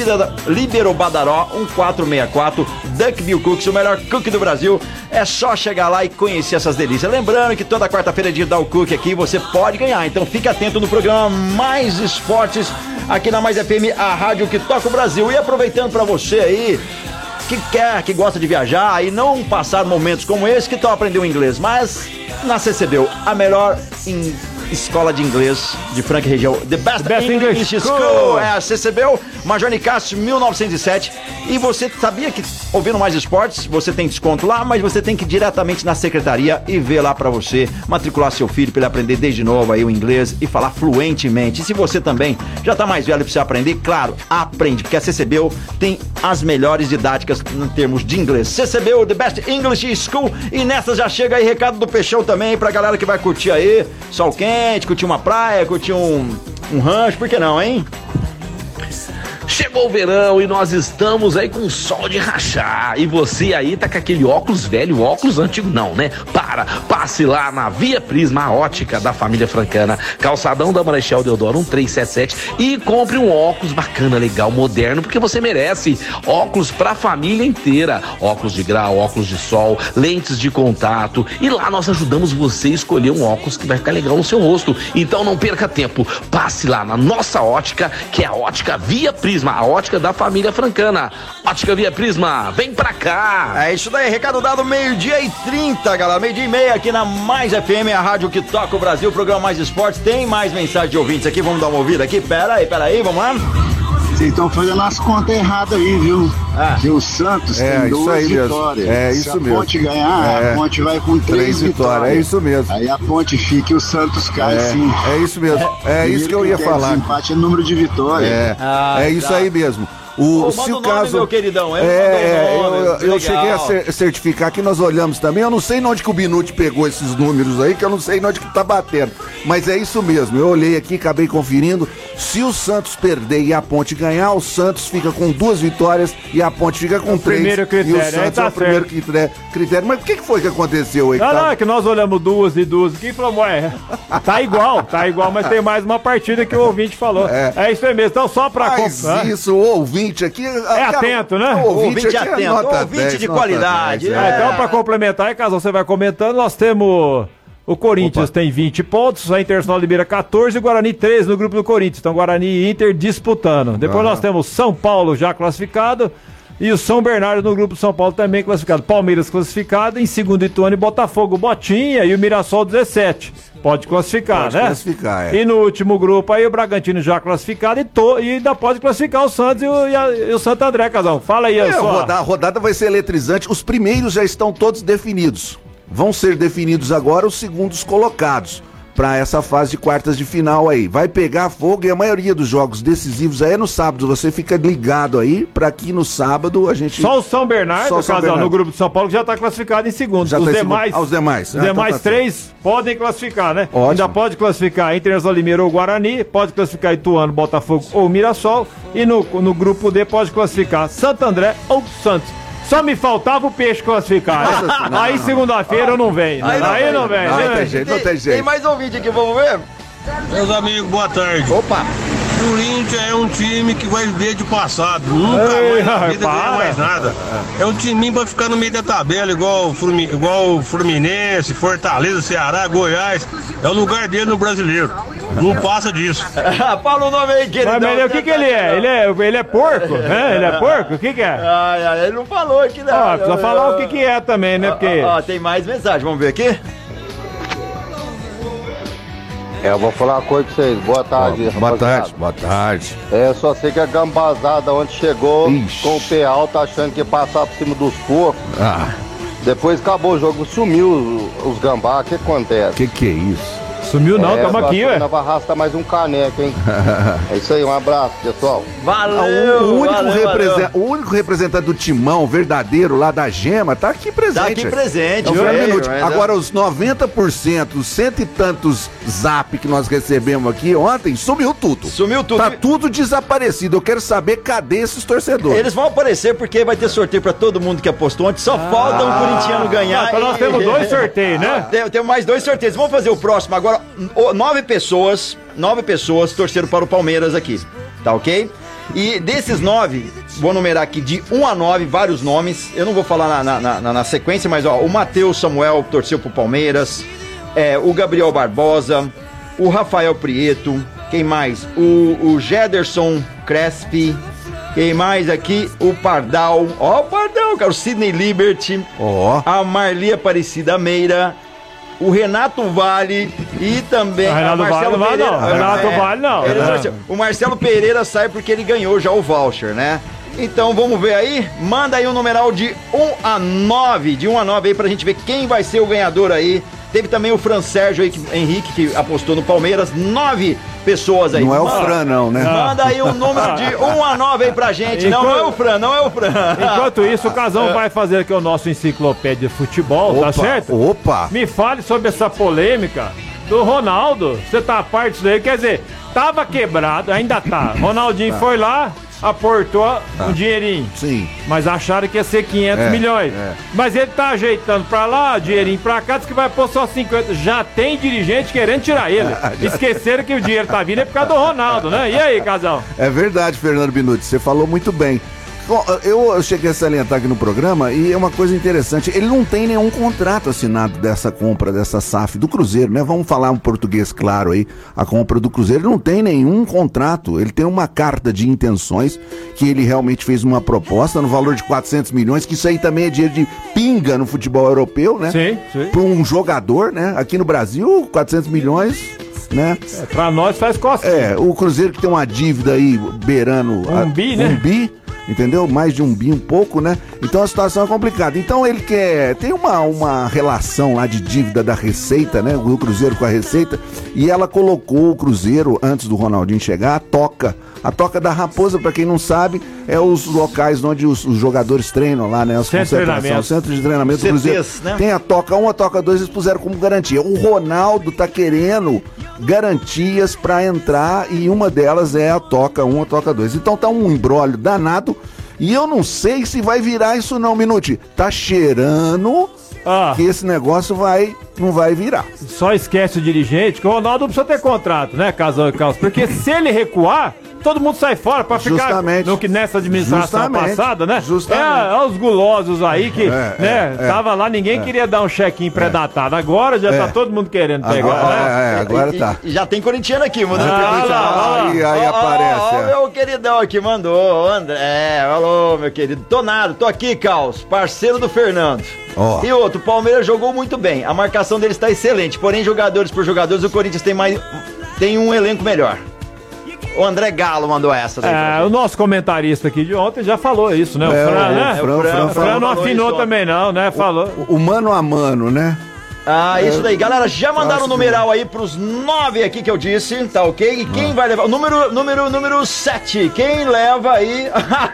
Libero Badaró, um quatro seis quatro, Dunkville Cookies, o melhor cookie do Brasil. É só chegar lá e conhecer essas delícias. Lembrando que toda quarta-feira é dia de dar o cookie aqui, você pode ganhar. Então fique atento no programa Mais Esportes, aqui na Mais F M, a rádio que toca o Brasil. E aproveitando pra você aí, que quer, que gosta de viajar e não passar momentos como esse, que tal aprender o inglês, mas na C C B U, a melhor em escola de inglês de Franca e região. The Best, Best English, English School. School. É a C C B U, Major Nicásio, mil novecentos e sete. E você sabia que, ouvindo Mais Esportes, você tem desconto lá, mas você tem que ir diretamente na secretaria e ver lá pra você, matricular seu filho pra ele aprender desde novo aí o inglês e falar fluentemente. E se você também já tá mais velho pra você aprender, claro, aprende, porque a C C B U tem as melhores didáticas em termos de inglês. C C B U, The Best English School. E nessa já chega aí recado do Peixão também pra galera que vai curtir aí, sol quente, curtir uma praia, curtir um, um rancho, por que não, hein? Chegou o verão e nós estamos aí com sol de rachar. E você aí tá com aquele óculos velho, óculos antigo não, né? Para, passe lá na Via Prisma, a ótica da família francana, calçadão da Marechal Deodoro um três sete sete, e compre um óculos bacana, legal, moderno, porque você merece. Óculos pra família inteira, óculos de grau, óculos de sol, lentes de contato, e lá nós ajudamos você a escolher um óculos que vai ficar legal no seu rosto. Então não perca tempo, passe lá na nossa ótica, que é a ótica Via Prisma, a ótica da família francana. Ótica Via Prisma, vem pra cá. É isso daí, recado dado, meio-dia e trinta, galera, meio-dia e meia aqui na Mais F M, a rádio que toca o Brasil, o programa Mais Esportes. Tem mais mensagem de ouvintes aqui, vamos dar uma ouvida aqui, pera aí, pera aí, vamos lá. Vocês estão fazendo as contas erradas aí, viu? Ah. Que o Santos é, tem duas aí vitórias. Mesmo. É Se isso a mesmo. Ponte ganhar, é. a Ponte vai com três, três vitórias. vitórias. É isso mesmo. Aí a Ponte fica e o Santos cai, é. sim. É isso mesmo. É, é isso que eu ia falar. Empate é número de vitórias. É, ah, é isso tá. aí mesmo. O, Ô, se o nome, caso, meu queridão, é, é, nome, eu, eu cheguei a cer- certificar que nós olhamos também. Eu não sei onde que o Binucci pegou esses números aí, que eu não sei onde que tá batendo. Mas é isso mesmo. Eu olhei aqui, acabei conferindo. Se o Santos perder e a Ponte ganhar, o Santos fica com duas vitórias e a Ponte fica com é três. Primeiro critério, e o Santos tá é o primeiro critério, critério. Mas o que, que foi que aconteceu aí? Não, tá? não, é que nós olhamos duas e duas aqui e falamos, ué, tá igual, tá igual, mas tem mais uma partida que o ouvinte falou. É, é isso aí mesmo. Então só pra... Mas comp... isso, o ouvinte aqui... É atento, né? O ouvinte, ouvinte atento, é nota ouvinte dez, de nota qualidade. dez, é. É. Então, pra complementar, aí, caso você vai comentando, nós temos... O Corinthians Opa. tem vinte pontos, a Internacional de Limeira catorze e o Guarani treze no grupo do Corinthians. Então, Guarani e Inter disputando. Depois ah. nós temos São Paulo já classificado e o São Bernardo no grupo do São Paulo também classificado. Palmeiras classificado, em segundo Ituano e Botafogo, Botinha e o Mirassol dezessete. Pode classificar, pode né? classificar, é. E no último grupo aí o Bragantino já classificado e, to, e ainda pode classificar o Santos e o, e a, e o Santo André, Casão. Fala aí, é, só. A rodada, a rodada vai ser eletrizante. Os primeiros já estão todos definidos. Vão ser definidos agora os segundos colocados para essa fase de quartas de final aí. Vai pegar fogo e a maioria dos jogos decisivos aí é no sábado. Você fica ligado aí para que no sábado a gente... Só o São Bernardo, Só o São Casal, Bernardo. no grupo de São Paulo, que já está classificado em segundo. Já os, tá demais, segundo. Ah, os demais. Os ah, demais então tá três certo. podem classificar, né? Ótimo. Ainda pode classificar Internacional Limeira ou Guarani, pode classificar Ituano, Botafogo ou Mirassol. E no, no grupo D pode classificar Santo André ou Santos. Só me faltava o peixe classificar. Né? Não, aí segunda-feira eu não venho. Aí, aí não vem. Não, Né? não tem jeito, não tem jeito. Tem mais ouvinte aqui, vamos ver? Meus amigos, boa tarde. Opa! O Corinthians é um time que vai viver de passado. Nunca Ei, mais na vida para. ganha mais nada. É um time pra ficar no meio da tabela, igual o Fluminense, igual Fluminense, Fortaleza, Ceará, Goiás. É o lugar dele no brasileiro. Não passa disso. Fala o nome aí, queridão. Mas, mas o que que ele é? Ele é, ele é porco? Né? Ele é porco? O que que é? Ai, ai, ele não falou aqui, não. Ó, precisa falar o que que é também, né? Porque... Ó, ó, tem mais mensagem, vamos ver aqui? É, eu vou falar uma coisa pra vocês. Boa tarde, Boa, boa tarde, boa tarde. É, só sei que a gambazada onde chegou Ixi. com o pé alto, achando que ia passar por cima dos porcos. Ah. Depois acabou o jogo, sumiu os, os gambá. O que acontece? Que que é isso? Sumiu não, é, tamo aqui, ué. Vai arrastar mais um caneco, hein? É isso aí, um abraço, pessoal. Valeu! Ah, o, único valeu, represen- valeu. o único representante do timão verdadeiro lá da Gema tá aqui presente. Tá aqui presente, É o viu? Fernando Minuti. Mas é- Agora, os noventa por cento, os cento e tantos zap que nós recebemos aqui ontem, sumiu tudo. Sumiu tudo. Tá tudo desaparecido. Eu quero saber cadê esses torcedores. Eles vão aparecer porque vai ter sorteio pra todo mundo que apostou ontem. Só falta um corintiano ganhar. Ah, então nós temos dois sorteios, né? Tem, tem mais dois sorteios. Vamos fazer o próximo agora. O- Nove pessoas, nove pessoas torceram para o Palmeiras aqui, tá ok? E desses nove, vou numerar aqui de um a nove, vários nomes. Eu não vou falar na, na, na, na sequência, mas ó, o Matheus Samuel torceu pro Palmeiras, é, o Gabriel Barbosa, o Rafael Prieto, quem mais? O, o Gederson Crespi, quem mais aqui? O Pardal, ó o Pardal, cara, o Sidney Liberty, Ó. a Marli Aparecida Meira, o Renato Vale e também o Renato Marcelo Vale Pereira. não, não. Renato é, Vale não. Ele, É. O Marcelo Pereira sai porque ele ganhou já o voucher, né? Então vamos ver aí, manda aí um numeral de um a nove, de um a nove aí pra gente ver quem vai ser o ganhador aí. Teve também o Fran Sérgio aí, que, Henrique, que apostou no Palmeiras, nove pessoas aí. Não é o Manda- Fran não, né? Manda aí um número de um a nove aí pra gente. Não, não é o Fran, não é o Fran. Enquanto isso, o Casão vai fazer aqui o nosso enciclopédia de futebol, Opa, tá certo? opa. Me fale sobre essa polêmica do Ronaldo. Você tá a parte disso aí? Quer dizer, tava quebrado, ainda tá. Ronaldinho Tá. foi lá, aportou um dinheirinho. Sim. Mas acharam que ia ser quinhentos É, milhões. é. Mas ele tá ajeitando pra lá, dinheirinho pra cá, diz que vai pôr só cinquenta. Já tem dirigente querendo tirar ele. Esqueceram que o dinheiro tá vindo é por causa do Ronaldo, né? E aí, Casão? É verdade, Fernando Binucci, você falou muito bem. Bom, eu cheguei a salientar aqui no programa e é uma coisa interessante, ele não tem nenhum contrato assinado dessa compra, dessa S A F do Cruzeiro, né? Vamos falar um português claro aí, a compra do Cruzeiro, ele não tem nenhum contrato, ele tem uma carta de intenções que ele realmente fez uma proposta no valor de quatrocentos milhões, que isso aí também é dinheiro de pinga no futebol europeu, né? Sim, sim. Para um jogador, né? Aqui no Brasil, quatrocentos milhões, né? É, pra nós faz costas. É, o Cruzeiro que tem uma dívida aí beirando Um a- bi, né? Um bi, entendeu? Mais de um bi, um pouco, né? Então a situação é complicada. Então ele quer. Tem uma, uma relação lá de dívida da Receita, né? O Cruzeiro com a Receita. E ela colocou o Cruzeiro, antes do Ronaldinho chegar, a toca. A Toca da Raposa, pra quem não sabe, é os locais onde os, os jogadores treinam lá, né? As Centro de concentrações, treinamento. centro de treinamento do C Ts, Cruzeiro. né? Tem a Toca um, a Toca dois, eles puseram como garantia. O Ronaldo tá querendo garantias pra entrar e uma delas é a Toca um, a Toca dois. Então tá um embrólio danado e eu não sei se vai virar isso não, Minuti. Tá cheirando Ah. que esse negócio vai, não vai virar. Só esquece o dirigente que o Ronaldo não precisa ter contrato, né, Casal e Carlos? Porque se ele recuar, todo mundo sai fora pra ficar Justamente. no que nessa administração Justamente. passada, né? Justamente. É, é os gulosos aí que, É, né, é, é. tava lá, ninguém queria dar um check-in pré-datado. Agora já É. tá todo mundo querendo pegar, Agora, né? é, é, agora E- tá. e já tem corintiano aqui, mandando Ah, pergunta. lá, lá. Aí, aí Ó, ó, aparece. ó, é. meu queridão aqui mandou, André, alô, meu querido. Tô nada, tô aqui, Caos, parceiro do Fernando. Ó. E outro, o Palmeiras jogou muito bem, a marcação deles tá excelente, porém, jogadores por jogadores, o Corinthians tem mais, tem um elenco melhor. O André Galo mandou essa. daí pra É, gente. o nosso comentarista aqui de ontem já falou isso, né? O É, Fran, o né? Fran, o Fran, Fran o Fran falou não isso afinou ontem. também não, né? Falou. O mano a mano, né? Ah, isso daí. Galera, já mandaram acho o numeral aí pros nove aqui que eu disse, tá ok? E quem vai levar? O número, número, número sete. Quem leva aí?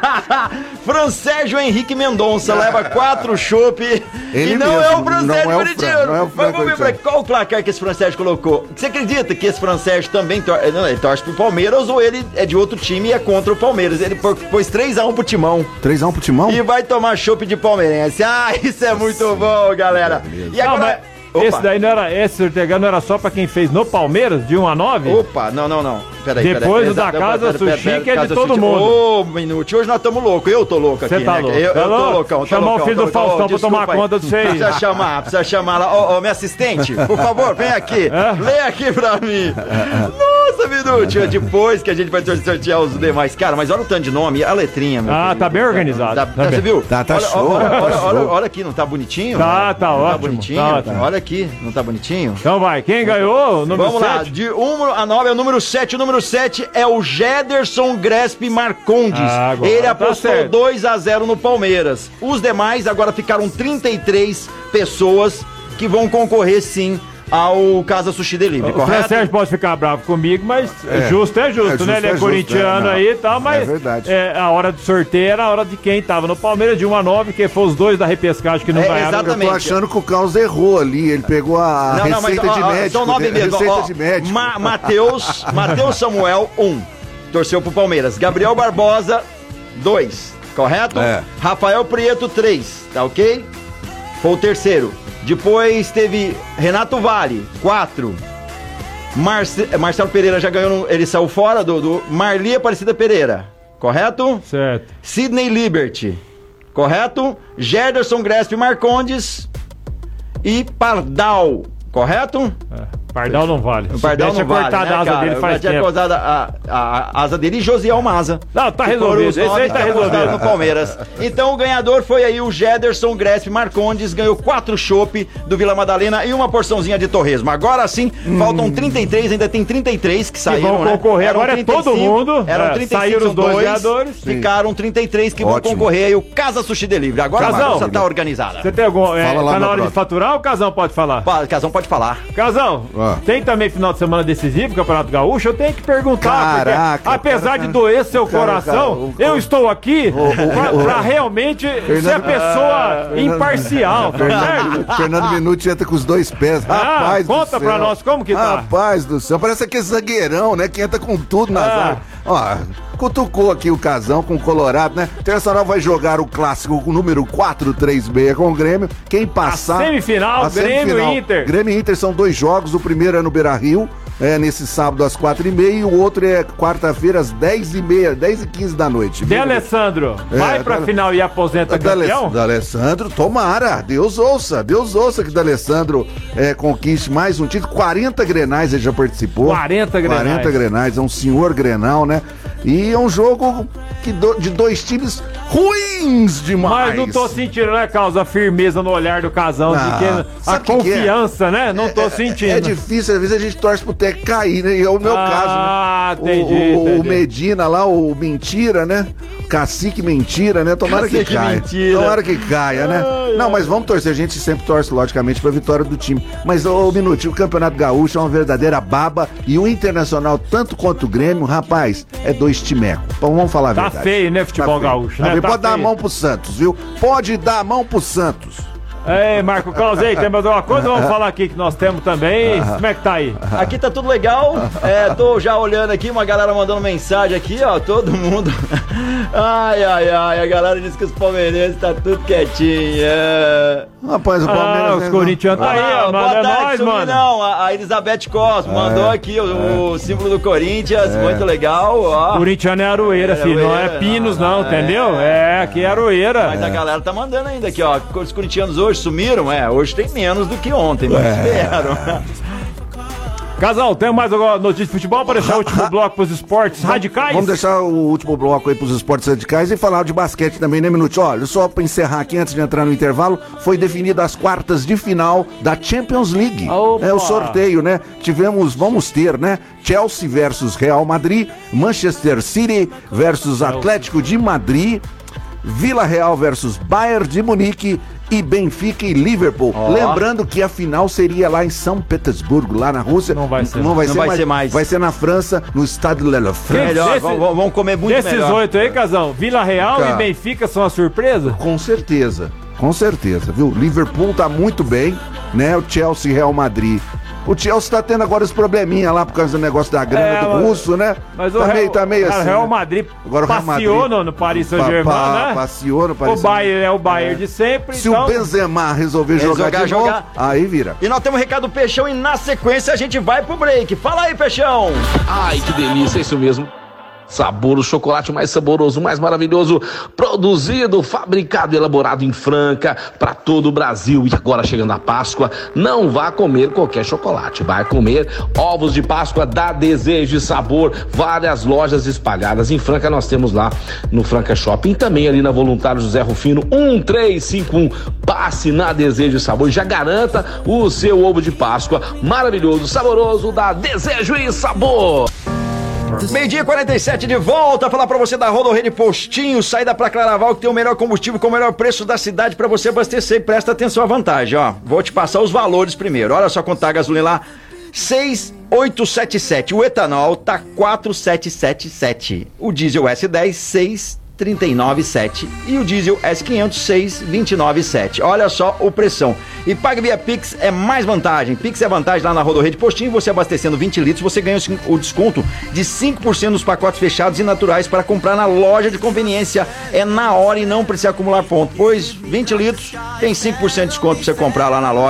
Fran Sérgio Henrique Mendonça leva quatro chopp. Ele E não mesmo, é o Fran não Sérgio é o Fran, Corintiano. não é o Fran Mas vamos ver pra Corintiano. qual o placar que esse Fran Sérgio colocou. Você acredita que esse Fran Sérgio também tor não, ele torce pro Palmeiras ou ele é de outro time e é contra o Palmeiras? Ele pô- pôs três a um pro Timão. três a um pro Timão? E vai tomar chopp de palmeirense. Ah, isso é muito bom, galera. E Não, agora... mas Opa. esse daí não era, esse Ortega não era só pra quem fez no Palmeiras, de um a nove? Opa, não, não, não. Peraí, peraí. Depois o da Exato, Casa pera, pera, Sushi, pera, que é de Casa todo Sushi. mundo. Ô, minuto, hoje nós estamos loucos. Eu tô louco aqui, Você tá né? louco. Eu, Tá eu tô louco? loucão. tô Chamar o loucão, filho tô do loucão. Faustão pra Desculpa tomar aí. conta disso aí. Precisa chamar, precisa chamar lá. Ô, ô, minha assistente, por favor, vem aqui. É? Lê aqui pra mim. Nossa, Minuto, depois que a gente vai sortear os demais. Cara, mas olha o tanto de nome, a letrinha, meu Ah, querido. tá bem organizado. Tá, Tá tá, você bem. viu? Tá, tá olha, show, Olha, tá olha, show. olha, olha aqui, não tá bonitinho? Tá, tá Não ótimo, Tá bonitinho? tá ótimo. Olha aqui, não tá bonitinho? Então vai, quem ganhou? O número Vamos lá, sete? de um a nove é o número sete. O número sete é o Gederson Grespi Marcondes. Ah, agora Ele tá apostou certo. dois a zero no Palmeiras. Os demais agora ficaram trinta e três pessoas que vão concorrer sim ao Casa Sushi Delivery, O Fran correto? Sérgio pode ficar bravo comigo, mas É. justo é justo, É justo, né? Ele é é, justo, corintiano é, não. aí e tal, mas É verdade. é, a hora do sorteio era a hora de quem tava no Palmeiras, de um a nove, que foi os dois da repescagem que não É, ganharam. exatamente. Eu tô achando que o Caos errou ali. Ele pegou a Não, não, mas receita ó, de ó, médico. são nove de- mesmo. Receita Ó, de médico. Ma Mateus, Mateus Samuel, um. Torceu pro Palmeiras. Gabriel Barbosa, dois. Correto? É. Rafael Prieto, três. Tá ok? Foi o terceiro. Depois teve Renato Vale, quatro. Marce Marcelo Pereira já ganhou, no, ele saiu fora do, do Marli Aparecida Pereira. Correto? Certo. Sidney Liberty. Correto? Gederson Grespi Marcondes e Pardal. Correto? É. Pardal não vale. O Pardal não vale, cortado né, a asa cara? dele faz já tinha tempo. cortado a, a, a asa dele e Josiel Maza. Não, tá resolvido. Esse aí tá resolvido. No Palmeiras. Então o ganhador foi aí o Gederson Gresp Marcondes, ganhou quatro chopp do Vila Madalena e uma porçãozinha de torresmo. Agora sim, hum. faltam trinta e três, ainda tem trinta e três que saíram, que vão concorrer, né? agora é todo mundo. Eram é, trinta e cinco, saíram os dois dois, ganhadores. Ficaram trinta e três que Ótimo. vão concorrer aí o Casa Sushi Delivery. Agora Casão, a bagunça tá organizada. Você tem algum... É, Fala lá, tá na meu hora brother. de faturar ou o Casão pode falar? Pa, Casão pode falar. Casão, Ah. tem também final de semana decisivo, Campeonato Gaúcho? Eu tenho que perguntar, Caraca, porque apesar cara, de doer seu cara, coração, cara, o- eu estou aqui o- pra, o- pra realmente ser a pessoa imparcial, tá certo? Fernando, Fernando Minuti entra com os dois pés. Ah, Rapaz do conta céu. pra nós como que tá. Rapaz do céu, parece aquele zagueirão, né? Que entra com tudo nas Ah. áreas. Ó, cutucou aqui o Casão com o Colorado, né? O Internacional vai jogar o clássico com o número quatro três seis com o Grêmio. Quem passar... A semifinal, a Grêmio e Inter. Grêmio e Inter são dois jogos, o primeiro é no Beira-Rio, é nesse sábado às quatro e meia, e o outro é quarta-feira às dez e meia, dez e quinze da noite. De Alessandro, É, vai pra da- final e aposenta Da campeão? D'Alessandro, tomara, Deus ouça, Deus ouça que D'Alessandro é, conquiste mais um título, quarenta grenais ele já participou. quarenta grenais. quarenta grenais, é um senhor grenal, né? E é um jogo que do- de dois times ruins demais. Mas não tô sentindo, né, Causa, a firmeza no olhar do Casão, Ah, de que a sabe que confiança, que é? né? Não tô É- sentindo. É difícil, às vezes a gente torce pro Tec cair, né? E é o meu Ah, caso, né? entendi, o, o- o entendi. Medina lá, o Mentira, né? Cacique Mentira, né? Tomara que Cacique caia. Mentira. Tomara que caia, né? Não, mas vamos torcer. A gente sempre torce, logicamente, pra vitória do time. Mas, ô, Minutinho, o Campeonato Gaúcho é uma verdadeira baba. E o Internacional, tanto quanto o Grêmio, rapaz, é dois timecos. Então, vamos falar a Tá verdade. feio, né, futebol feio. gaúcho, Tá né? feio. Tá Pode dar a feio. mão pro Santos, viu? Pode dar a mão pro Santos. Ei, Marco Claus, aí, tem mais alguma coisa? Vamos falar aqui que nós temos também. Como é que tá aí? Aqui tá tudo legal. É, tô já olhando aqui, uma galera mandando mensagem aqui, ó. Todo mundo. Ai, ai, ai. A galera disse que os palmeirenses tá tudo quietinho. É. Rapaz, o Palmeiras... Ah, os né, corintianos tá aí, Ah, ó, boa mano. É tarde, nóis, sumi mano. não. A, a Elizabeth Cosmo mandou aqui o, o símbolo do Corinthians. Muito legal, ó. Corintiano é aroeira, É filho. Não é aroeira, pinos, não, não, não, entendeu? É, aqui é aroeira. Mas a galera tá mandando ainda aqui, ó. Os corintianos hoje sumiram, é. Hoje tem menos do que ontem, mas esperam. Casal, tem mais alguma notícia de futebol para deixar o último bloco pros esportes radicais? Vamos deixar o último bloco aí pros esportes radicais e falar de basquete também, né, Minuto? Olha, só pra encerrar aqui, antes de entrar no intervalo, foi definida as quartas de final da Champions League. Opa! É o sorteio, né? Tivemos, vamos ter, né? Chelsea versus Real Madrid, Manchester City versus Atlético de Madrid, Vila Real versus Bayern de Munique e Benfica e Liverpool. Ó. Lembrando que a final seria lá em São Petersburgo, lá na Rússia. Não vai ser. Não vai, Não ser, vai mais, ser mais. Vai ser na França, no Stade de la France. Melhor, Desse- vamos, vamos comer muito Desses melhor. oito aí, Casal, Vila Real Cara. e Benfica são a surpresa? Com certeza, com certeza, viu? Liverpool tá muito bem, né? O Chelsea e Real Madrid. O Chelsea tá tendo agora esse probleminha lá por causa do negócio da grana É, do mas- russo, né? Mas o tá, Real, meio, tá meio o assim. Real né? Madrid Agora o Real passeou Madrid- no, no Paris Pa- Saint-Germain, pa- né? Passeou no O Paris Bayern é o Bayern de sempre, Se então... o Benzema resolver jogar, jogar, de novo, jogar. aí vira. E nós temos um recado do Peixão e na sequência a gente vai pro break. Fala aí, Peixão. Ai, que delícia, é isso mesmo. Sabor, o chocolate mais saboroso, mais maravilhoso, produzido, fabricado e elaborado em Franca para todo o Brasil. E agora chegando a Páscoa, não vá comer qualquer chocolate, vai comer ovos de Páscoa da Desejo e Sabor. Várias lojas espalhadas em Franca, nós temos lá no Franca Shopping, também ali na Voluntário José Rufino um três cinco um. Passe na Desejo e Sabor, já garanta o seu ovo de Páscoa maravilhoso, saboroso da Desejo e Sabor. Meio-dia e quarenta e sete de volta, falar pra você da Rodorrede Postinho, saída pra Claraval, que tem o melhor combustível com o melhor preço da cidade pra você abastecer. Presta atenção à vantagem, ó. Vou te passar os valores primeiro. Olha só quanto tá a gasolina lá. seis oito sete sete. O etanol tá quatro sete sete sete. O diesel S dez, seis trinta e nove sete e o diesel S quinhentos, seis vinte e nove sete. Olha só o pressão. E paga via Pix é mais vantagem. Pix é vantagem lá na Rodorrede Postinho. Você abastecendo vinte litros, você ganha o desconto de cinco por cento nos pacotes fechados e naturais para comprar na loja de conveniência. É na hora e não precisa acumular ponto, pois vinte litros tem cinco por cento de desconto para você comprar lá na loja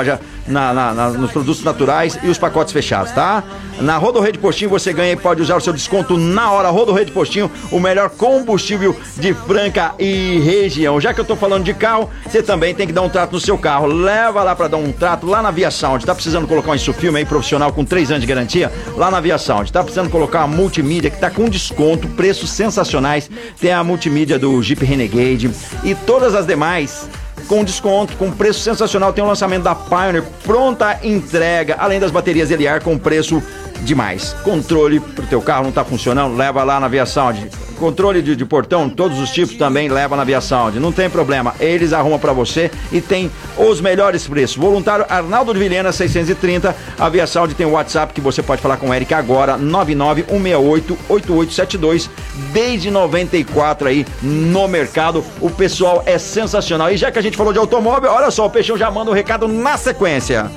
na, na, na, nos produtos naturais e os pacotes fechados, tá? Na Rodorrede Postinho você ganha e pode usar o seu desconto na hora. Rodorrede Postinho, o melhor combustível de Franca e região. Já que eu tô falando de carro, você também tem que dar um trato no seu carro. Leva lá pra dar um trato lá na Via Sound. Tá precisando colocar um insufilme aí profissional com três anos de garantia? Lá na Via Sound. Tá precisando colocar uma multimídia que tá com desconto, preços sensacionais. Tem a multimídia do Jeep Renegade e todas as demais com desconto, com preço sensacional. Tem o lançamento da Pioneer, pronta entrega, além das baterias Eliar com preço demais. Controle pro teu carro não tá funcionando, leva lá na Via Sound. Controle de, de portão, todos os tipos também leva na Via Sound. Não tem problema, eles arrumam pra você e tem os melhores preços. Voluntário Arnaldo de Vilhena, seiscentos e trinta. A Via Sound tem o WhatsApp que você pode falar com o Eric agora, nove nove um seis oito oito oito sete dois. Desde noventa e quatro aí no mercado. O pessoal é sensacional. E já que a gente falou de automóvel, olha só, o Peixão já manda o recado na sequência.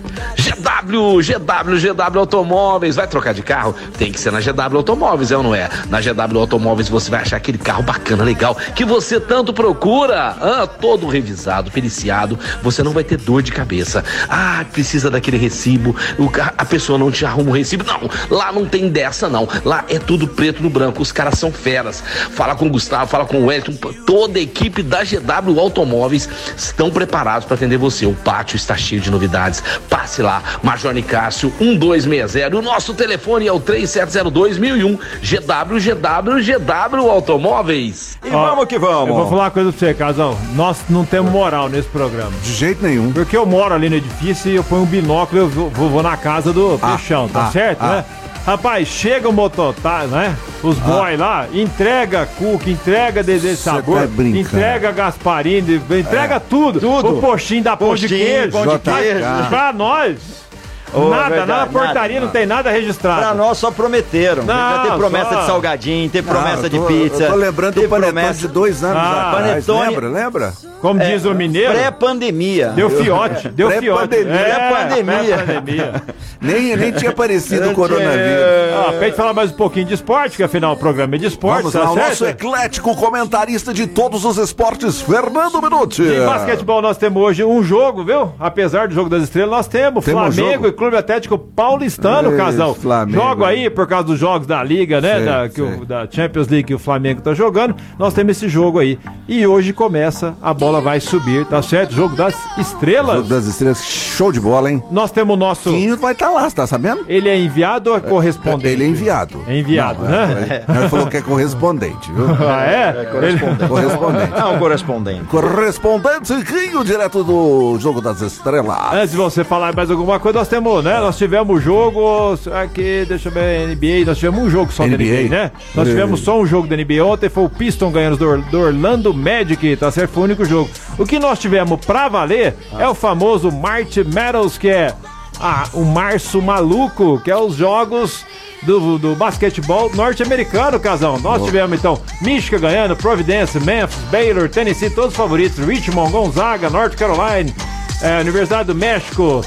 G W, G W, G W Automóveis. Vai trocar de carro? Tem que ser na G W Automóveis, é ou não é? Na G W Automóveis você vai achar aquele carro bacana, legal, que você tanto procura. Ah, todo revisado, periciado. Você não vai ter dor de cabeça. Ah, precisa daquele recibo. O, a pessoa não te arruma o recibo. Não, lá não tem dessa, não. Lá é tudo preto no branco. Os caras são feras. Fala com o Gustavo, fala com o Wellington. Toda a equipe da G W Automóveis estão preparados para atender você. O pátio está cheio de novidades. Passe lá, Major Nicásio, um dois seis zero. O nosso telefone é o três sete zero dois mil e um. G W, G W, G W Automóveis. E ó, vamos que vamos. Eu vou falar uma coisa pra você, Casal. Nós não temos moral nesse programa. De jeito nenhum. Porque eu moro ali no edifício e eu ponho um binóculo e eu vou, vou na casa do ah, Peixão, tá ah, certo, ah. né? Rapaz, chega o mototáxi, né? Os boy ah. lá, entrega cuca, entrega Dedê Sabor, tá entrega Gasparini, entrega é. tudo. tudo. O postinho da pão de queijo. Pão de queijo. Pra nós. Oh, nada, é verdade, na portaria nada, não tem nada registrado. Pra nós só prometeram. Não, já tem promessa só de salgadinho, tem promessa não, tô, de pizza. Eu tô lembrando do panetone promessa... de dois anos ah, atrás. Panetone... Lembra, lembra? Como é, diz o mineiro. Pré-pandemia. Deu fiote, deu fiote. Pré-pandemia. Pré-pandemia. nem, nem tinha aparecido o coronavírus. Ah, pra gente falar mais um pouquinho de esporte, que afinal o programa é de esporte. Vamos tá lá, o certo? nosso eclético comentarista de todos os esportes, Fernando Minuti. Em basquetebol nós temos hoje um jogo, viu? Apesar do jogo das estrelas, nós temos, temos Flamengo um e Clube Atlético Paulistano, casal. Jogo aí, por causa dos jogos da Liga, né? Sei, da, que o, da Champions League que o Flamengo tá jogando. Nós temos esse jogo aí. E hoje começa, a bola vai subir, tá certo? Jogo das estrelas. Jogo das estrelas, show de bola, hein? Nós temos o nosso... Quem vai estar tá lá, você tá sabendo? Ele é enviado ou é correspondente? Ele é enviado. É enviado, não, né? É, ele falou que é correspondente, viu? Ah, é? É correspondente. Ele... correspondente. Não, correspondente. Correspondente, Rio, direto do Jogo das Estrelas. Antes de você falar mais alguma coisa, nós temos, né? Nós tivemos o jogo aqui, deixa eu ver, N B A, nós tivemos um jogo só da N B A, né? Nós tivemos só um jogo da N B A. Ontem foi o Piston ganhando do, do Orlando Magic, tá certo? Foi o único jogo. O que nós tivemos pra valer ah. é o famoso March Madness, que é ah, o Março Maluco, que é os jogos do, do basquetebol norte-americano, casal. Nós oh. tivemos então Michigan ganhando, Providence, Memphis, Baylor, Tennessee, todos os favoritos, Richmond, Gonzaga, North Carolina, é, Universidade do México.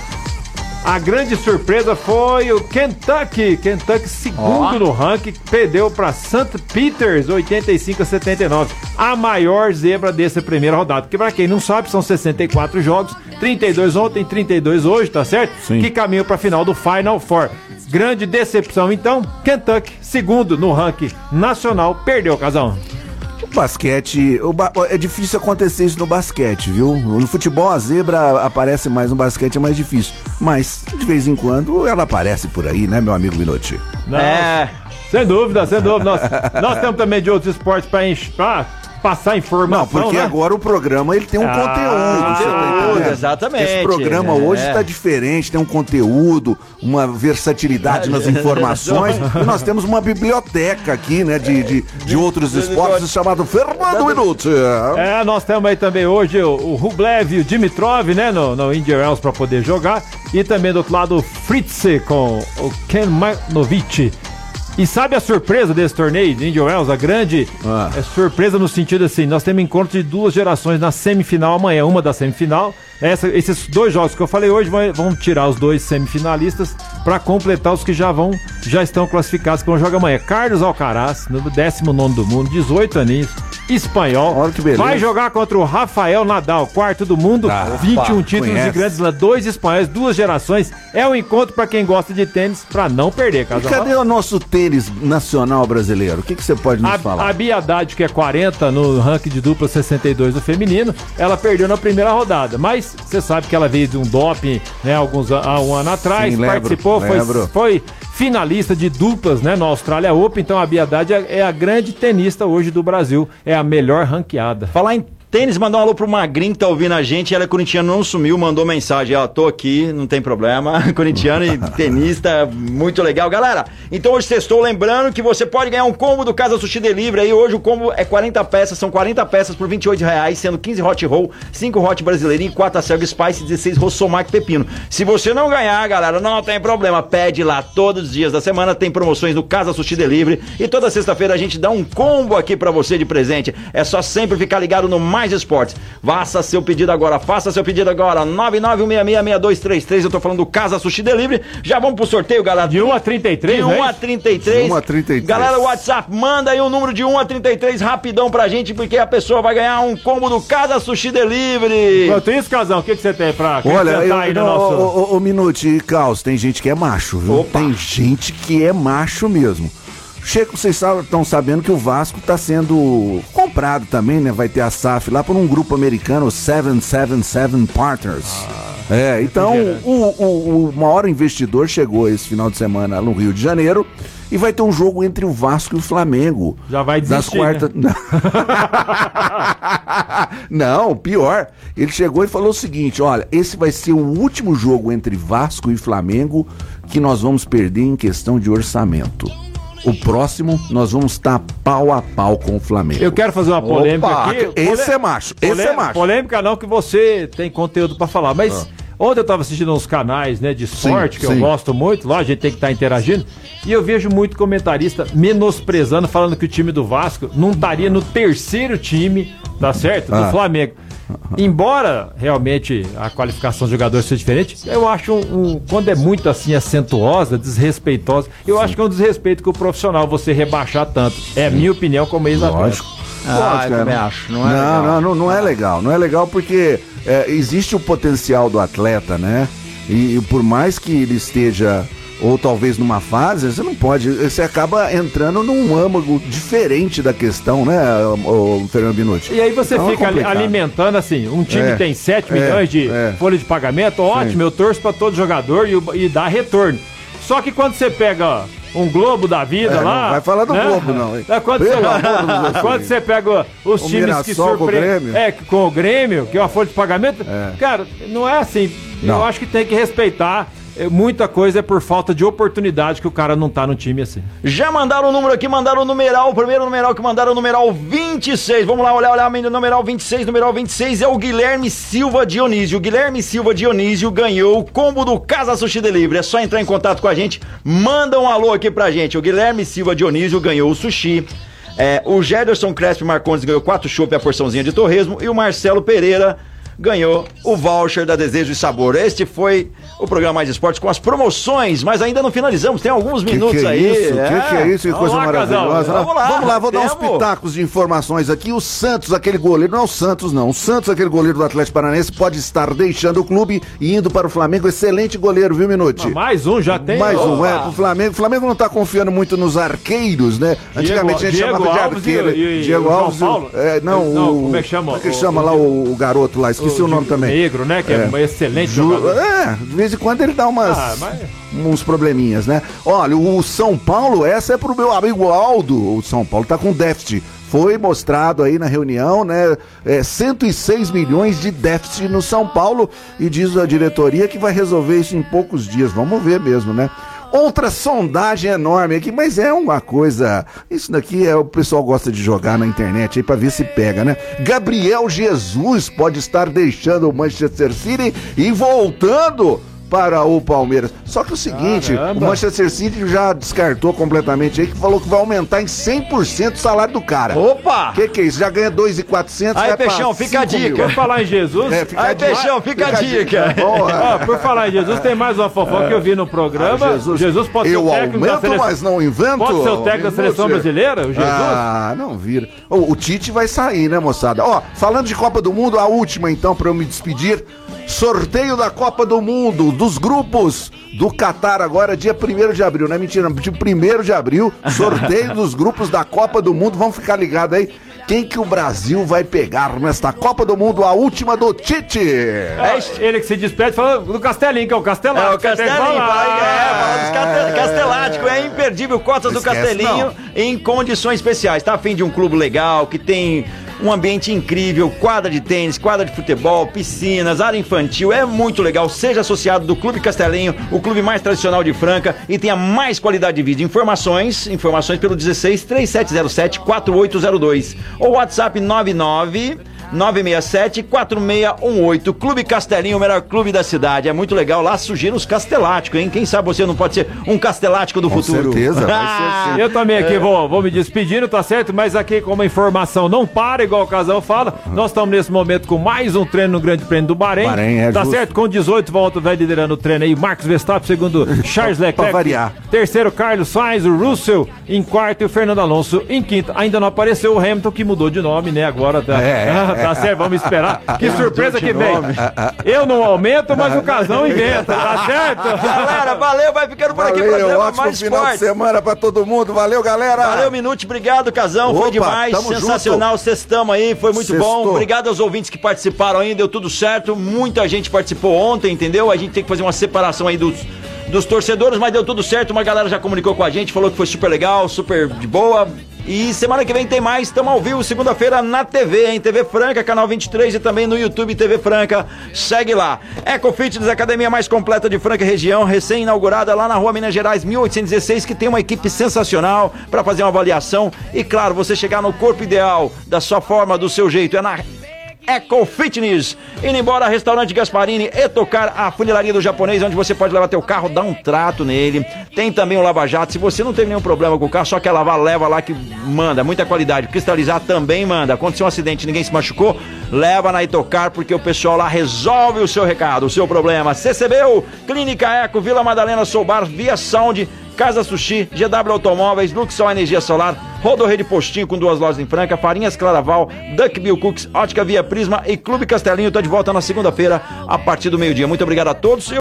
A grande surpresa foi o Kentucky. Kentucky, segundo oh. no ranking, perdeu para Saint Peters, oitenta e cinco a setenta e nove. A maior zebra dessa primeira rodada. Porque, para quem não sabe, são sessenta e quatro jogos, trinta e dois ontem, trinta e dois hoje, tá certo? Sim. Que caminham para a final do Final Four. Grande decepção, então. Kentucky, segundo no ranking nacional, perdeu, casal. Basquete, o ba- é difícil acontecer isso no basquete, viu? No futebol a zebra aparece mais, no basquete é mais difícil. Mas, de vez em quando, ela aparece por aí, né, meu amigo Minuti? É, sem dúvida, sem dúvida. Nós, nós temos também de outros esportes para encher. Passar informação. Não, porque né? agora o programa ele tem um ah, conteúdo, conteúdo. Você tá exatamente. Esse programa é. hoje está diferente, tem um conteúdo, uma versatilidade nas informações. E nós temos uma biblioteca aqui, né, de, de, de outros esportes chamado Fernando Minuti. É, nós temos aí também hoje o, o Rublev e o Dimitrov, né, no, no Indian Wells para poder jogar. E também do outro lado o Fritz com o Ken Manovic. E sabe a surpresa desse torneio de Indian Wells? A grande ah. é surpresa no sentido assim, nós temos encontro de duas gerações na semifinal amanhã, uma da semifinal. Essa, esses dois jogos que eu falei hoje vão, vão tirar os dois semifinalistas para completar os que já vão, já estão classificados que vão jogar amanhã. Carlos Alcaraz, no décimo nono do mundo, dezoito aninhos, espanhol. Olha que beleza. Vai jogar contra o Rafael Nadal, quarto do mundo, Ah, vinte e um opa, títulos conhece. de Grand Slam, dois espanhóis, duas gerações. É um encontro pra quem gosta de tênis, pra não perder, E Casal. cadê o nosso tênis nacional brasileiro? O que que você pode nos A, falar? a Bia Haddad, que é quarenta no ranking de dupla sessenta e dois do feminino, ela perdeu na primeira rodada. Mas você sabe que ela veio de um doping, né, alguns, há um ano atrás, Sim, lembro, participou, foi, lembro. foi finalista de duplas, né, no Australia Open. Então a Bia Haddad é, é a grande tenista hoje do Brasil, é a melhor ranqueada. Falar em tênis, mandar um alô pro Magrinho que tá ouvindo a gente. Ela é corintiana, não sumiu, mandou mensagem. Ó, tô aqui, não tem problema. Corintiano e tenista, muito legal. Galera, então hoje sextou, lembrando que você pode ganhar um combo do Casa Sushi Delivery. Aí hoje o combo é quarenta peças, são quarenta peças por vinte e oito reais, sendo quinze hot roll, cinco hot brasileirinho, quatro acelga spice, dezesseis rossomac pepino. Se você não ganhar, galera, não tem problema. Pede lá todos os dias da semana, tem promoções no Casa Sushi Delivery. E toda sexta-feira a gente dá um combo aqui pra você de presente. É só sempre ficar ligado no Mais Esportes. Faça seu pedido agora, faça seu pedido agora, nove nove um seis seis seis dois três três. Eu tô falando do Casa Sushi Delivery. Já vamos pro sorteio, galera. De um a trinta e três, De né? um a trinta e três. De um a trinta e três. Galera, o WhatsApp, manda aí o número de um a trinta e três rapidão pra gente, porque a pessoa vai ganhar um combo do Casa Sushi Delivery. Enquanto isso, Casão, o que, que você tem pra Olha, acrescentar eu, aí no não, nosso... o, o, o Minuto e Caos, tem gente que é macho, viu? Opa. Tem gente que é macho mesmo. Chega, vocês estão sabendo que o Vasco está sendo comprado também, né? Vai ter a S A F lá por um grupo americano, o sete sete sete Partners. Ah, é, então o, o, o maior investidor chegou esse final de semana no Rio de Janeiro e vai ter um jogo entre o Vasco e o Flamengo. Já vai desistir, das quartas... né? Não, pior. Ele chegou e falou o seguinte, olha, esse vai ser o último jogo entre Vasco e Flamengo que nós vamos perder em questão de orçamento. O próximo, nós vamos estar pau a pau com o Flamengo. Eu quero fazer uma polêmica Opa, aqui. Esse Polê- é macho, esse polê- é macho. Polêmica não, que você tem conteúdo pra falar. Mas Ah. ontem eu tava assistindo uns canais, né, de esporte, Sim, que sim. eu gosto muito. Lá a gente tem que estar interagindo. E eu vejo muito comentarista menosprezando, falando que o time do Vasco não estaria no terceiro time, tá certo? Do Ah. Flamengo. Embora realmente a qualificação dos jogadores seja diferente, eu acho um, um- quando é muito assim acentuosa, desrespeitosa, eu acho que é um desrespeito com o profissional você rebaixar tanto. É a minha opinião como ex-atleta. Lógico. Ah, Lógico, eu é, também não- acho, não é não, legal. não, não, não é legal. Não é legal porque é, existe o potencial do atleta, né? E, e por mais que ele esteja, ou talvez numa fase, você não pode, você acaba entrando num âmago diferente da questão, né, o, o Fernando Binucci? E aí você Então é fica ali- complicado. alimentando assim, um time É, tem sete é, milhões de é. folha de pagamento, ótimo, eu torço pra todo jogador e, o- e dá retorno. Só que quando você pega um Globo da vida É, lá... não vai falar do né? Globo, não, hein? É, quando, Pelo você, amor de Deus, quando hein? você pega os O times que Mirassol com o surpreendem... Grêmio? É, com o Grêmio, que é uma folha de pagamento... É. Cara, não é assim. Não. Eu acho que tem que respeitar. É, muita coisa é por falta de oportunidade que o cara não tá no time assim. Já mandaram o número aqui, mandaram o numeral, o primeiro numeral que mandaram o numeral vinte e seis. Vamos lá olhar, olhar o numeral vinte e seis. Numeral vinte e seis é o Guilherme Silva Dionísio. O Guilherme Silva Dionísio ganhou o combo do Casa Sushi Delivery. É só entrar em contato com a gente, manda um alô aqui pra gente. O Guilherme Silva Dionísio ganhou o sushi. É, o Gederson Crespo Marcondes ganhou quatro chopp e a porçãozinha de torresmo. E o Marcelo Pereira ganhou o voucher da Desejo e Sabor. Este foi o programa Mais Esportes com as promoções, mas ainda não finalizamos, tem alguns Que minutos que é aí. isso? Que que é isso? Que Vamos coisa lá, maravilhosa. casal. Vamos lá, Vamos lá, vou dar uns temos. pitacos de informações aqui. O Santos, aquele goleiro, não é o Santos não, o Santos, aquele goleiro do Atlético Paranaense, pode estar deixando o clube e indo para o Flamengo. Excelente goleiro, viu, Minuti? Mais um já tem. Mais um, Opa. é, pro Flamengo. O Flamengo não tá confiando muito nos arqueiros, né? Antigamente a gente Diego chamava de Alves arqueiro. e- e- Diego e o João Alves. Paulo? É, não, Não, o. como é que chama? Como é que O- chama o- lá o, o garoto lá? Esqueci o, nome também. Negro, né? Que é, um excelente Ju- jogador. É, de vez em quando ele dá umas, Ah, mas- uns probleminhas, né? Olha, o São Paulo, essa é pro meu amigo Aldo. O São Paulo tá com déficit. Foi mostrado aí na reunião, né? É, cento e seis milhões de déficit no São Paulo e diz a diretoria que vai resolver isso em poucos dias. Vamos ver mesmo, né? Outra sondagem enorme aqui, mas é uma coisa. Isso daqui é o pessoal gosta de jogar na internet aí pra ver se pega, né? Gabriel Jesus pode estar deixando o Manchester City e voltando para o Palmeiras. Só que o seguinte, Caramba. o Manchester City já descartou completamente aí, que falou que vai aumentar em cem por cento o salário do cara. Opa! Que que é isso? Já ganha dois mil e quatrocentos. Aí, Peixão, fica a dica. Por falar em Jesus... É, fica Aí, Peixão, fica, fica a dica. dica. Ah, por falar em Jesus, tem mais uma fofoca é. que eu vi no programa. Ah, Jesus, Jesus pode ser eu o técnico aumento, da seleção... mas não invento. Pode ser o técnico da seleção brasileira, o Jesus? Ah, não vira. O, o Tite vai sair, né, moçada? Ó, falando de Copa do Mundo, a última, então, pra eu me despedir. Sorteio da Copa do Mundo, dos grupos do Catar agora, dia primeiro de abril, não é mentira, dia primeiro de abril, sorteio dos grupos da Copa do Mundo, vamos ficar ligados aí. Quem que o Brasil vai pegar nesta Copa do Mundo, a última do Tite? É ele que se despede falando do Castelinho, que é o Castelático. É o Castelinho, fala, é, fala dos castel, Castelático, é imperdível, cotas do Castelinho não. em condições especiais. Tá a fim de um clube legal, que tem um ambiente incrível, quadra de tênis, quadra de futebol, piscinas, área infantil, é muito legal. Seja associado do Clube Castelinho, o clube mais tradicional de Franca e tenha mais qualidade de vida. Informações, informações pelo dezesseis, três sete zero sete, quatro oito zero dois ou WhatsApp nove nove nove seis sete, quatro seis um oito. Clube Castelinho, o melhor clube da cidade. É muito legal. Lá surgiram os casteláticos, hein? Quem sabe você não pode ser um castelático do Com futuro. Com certeza, vai ser sim. Eu também aqui é. vou, vou me despedindo, tá certo? Mas aqui, como a informação não para, igual o Casal fala, hum. nós estamos nesse momento com mais um treino no Grande Prêmio do Bahrein. Bahrein é tá justo. certo? Com dezoito voltas, vai liderando o treino aí. Marcos Verstappen, segundo Charles Leclerc. Pra variar. Terceiro, Carlos Sainz, o Russell em quarto e o Fernando Alonso em quinto. Ainda não apareceu o Hamilton, que mudou de nome, né? Agora tá, é, é, tá certo, vamos esperar. Que surpresa que vem. Eu não aumento, mas o Casão inventa, tá certo? Galera, valeu, vai ficando por valeu, aqui. Programa ótimo mais final esporte. de semana pra todo mundo. Valeu, galera. Valeu, Minute, obrigado, Casão. Opa, foi demais, sensacional. Sextamos aí, foi muito Sextou. bom. Obrigado aos ouvintes que participaram aí, deu tudo certo. Muita gente participou ontem, entendeu? A gente tem que fazer uma separação aí dos... dos torcedores, mas deu tudo certo, uma galera já comunicou com a gente, falou que foi super legal, super de boa. E semana que vem tem mais, estamos ao vivo, segunda-feira na T V, hein? T V Franca, canal vinte e três e também no YouTube T V Franca, segue lá. Eco Fitness, academia mais completa de Franca e região, recém-inaugurada lá na rua Minas Gerais, mil oitocentos e dezesseis, que tem uma equipe sensacional para fazer uma avaliação e, claro, você chegar no corpo ideal, da sua forma, do seu jeito, é na Eco Fitness. Indo embora, restaurante Gasparini e tocar a funilaria do japonês, onde você pode levar teu carro, dar um trato nele. Tem também o Lava Jato. Se você não teve nenhum problema com o carro, só quer lavar, leva lá que manda, muita qualidade. Cristalizar também manda. Aconteceu um acidente, ninguém se machucou, leva na Itocar, porque o pessoal lá resolve o seu recado, o seu problema. C C B U, Clínica Eco, Vila Madalena, Soubar, Via Sound, Casa Sushi, G W Automóveis, Luxol Energia Solar, Rodorrede Postinho com duas lojas em Franca, Farinhas Claraval, Duck Bill Cooks, Ótica Via Prisma e Clube Castelinho. Tô de volta na segunda-feira a partir do meio-dia. Muito obrigado a todos.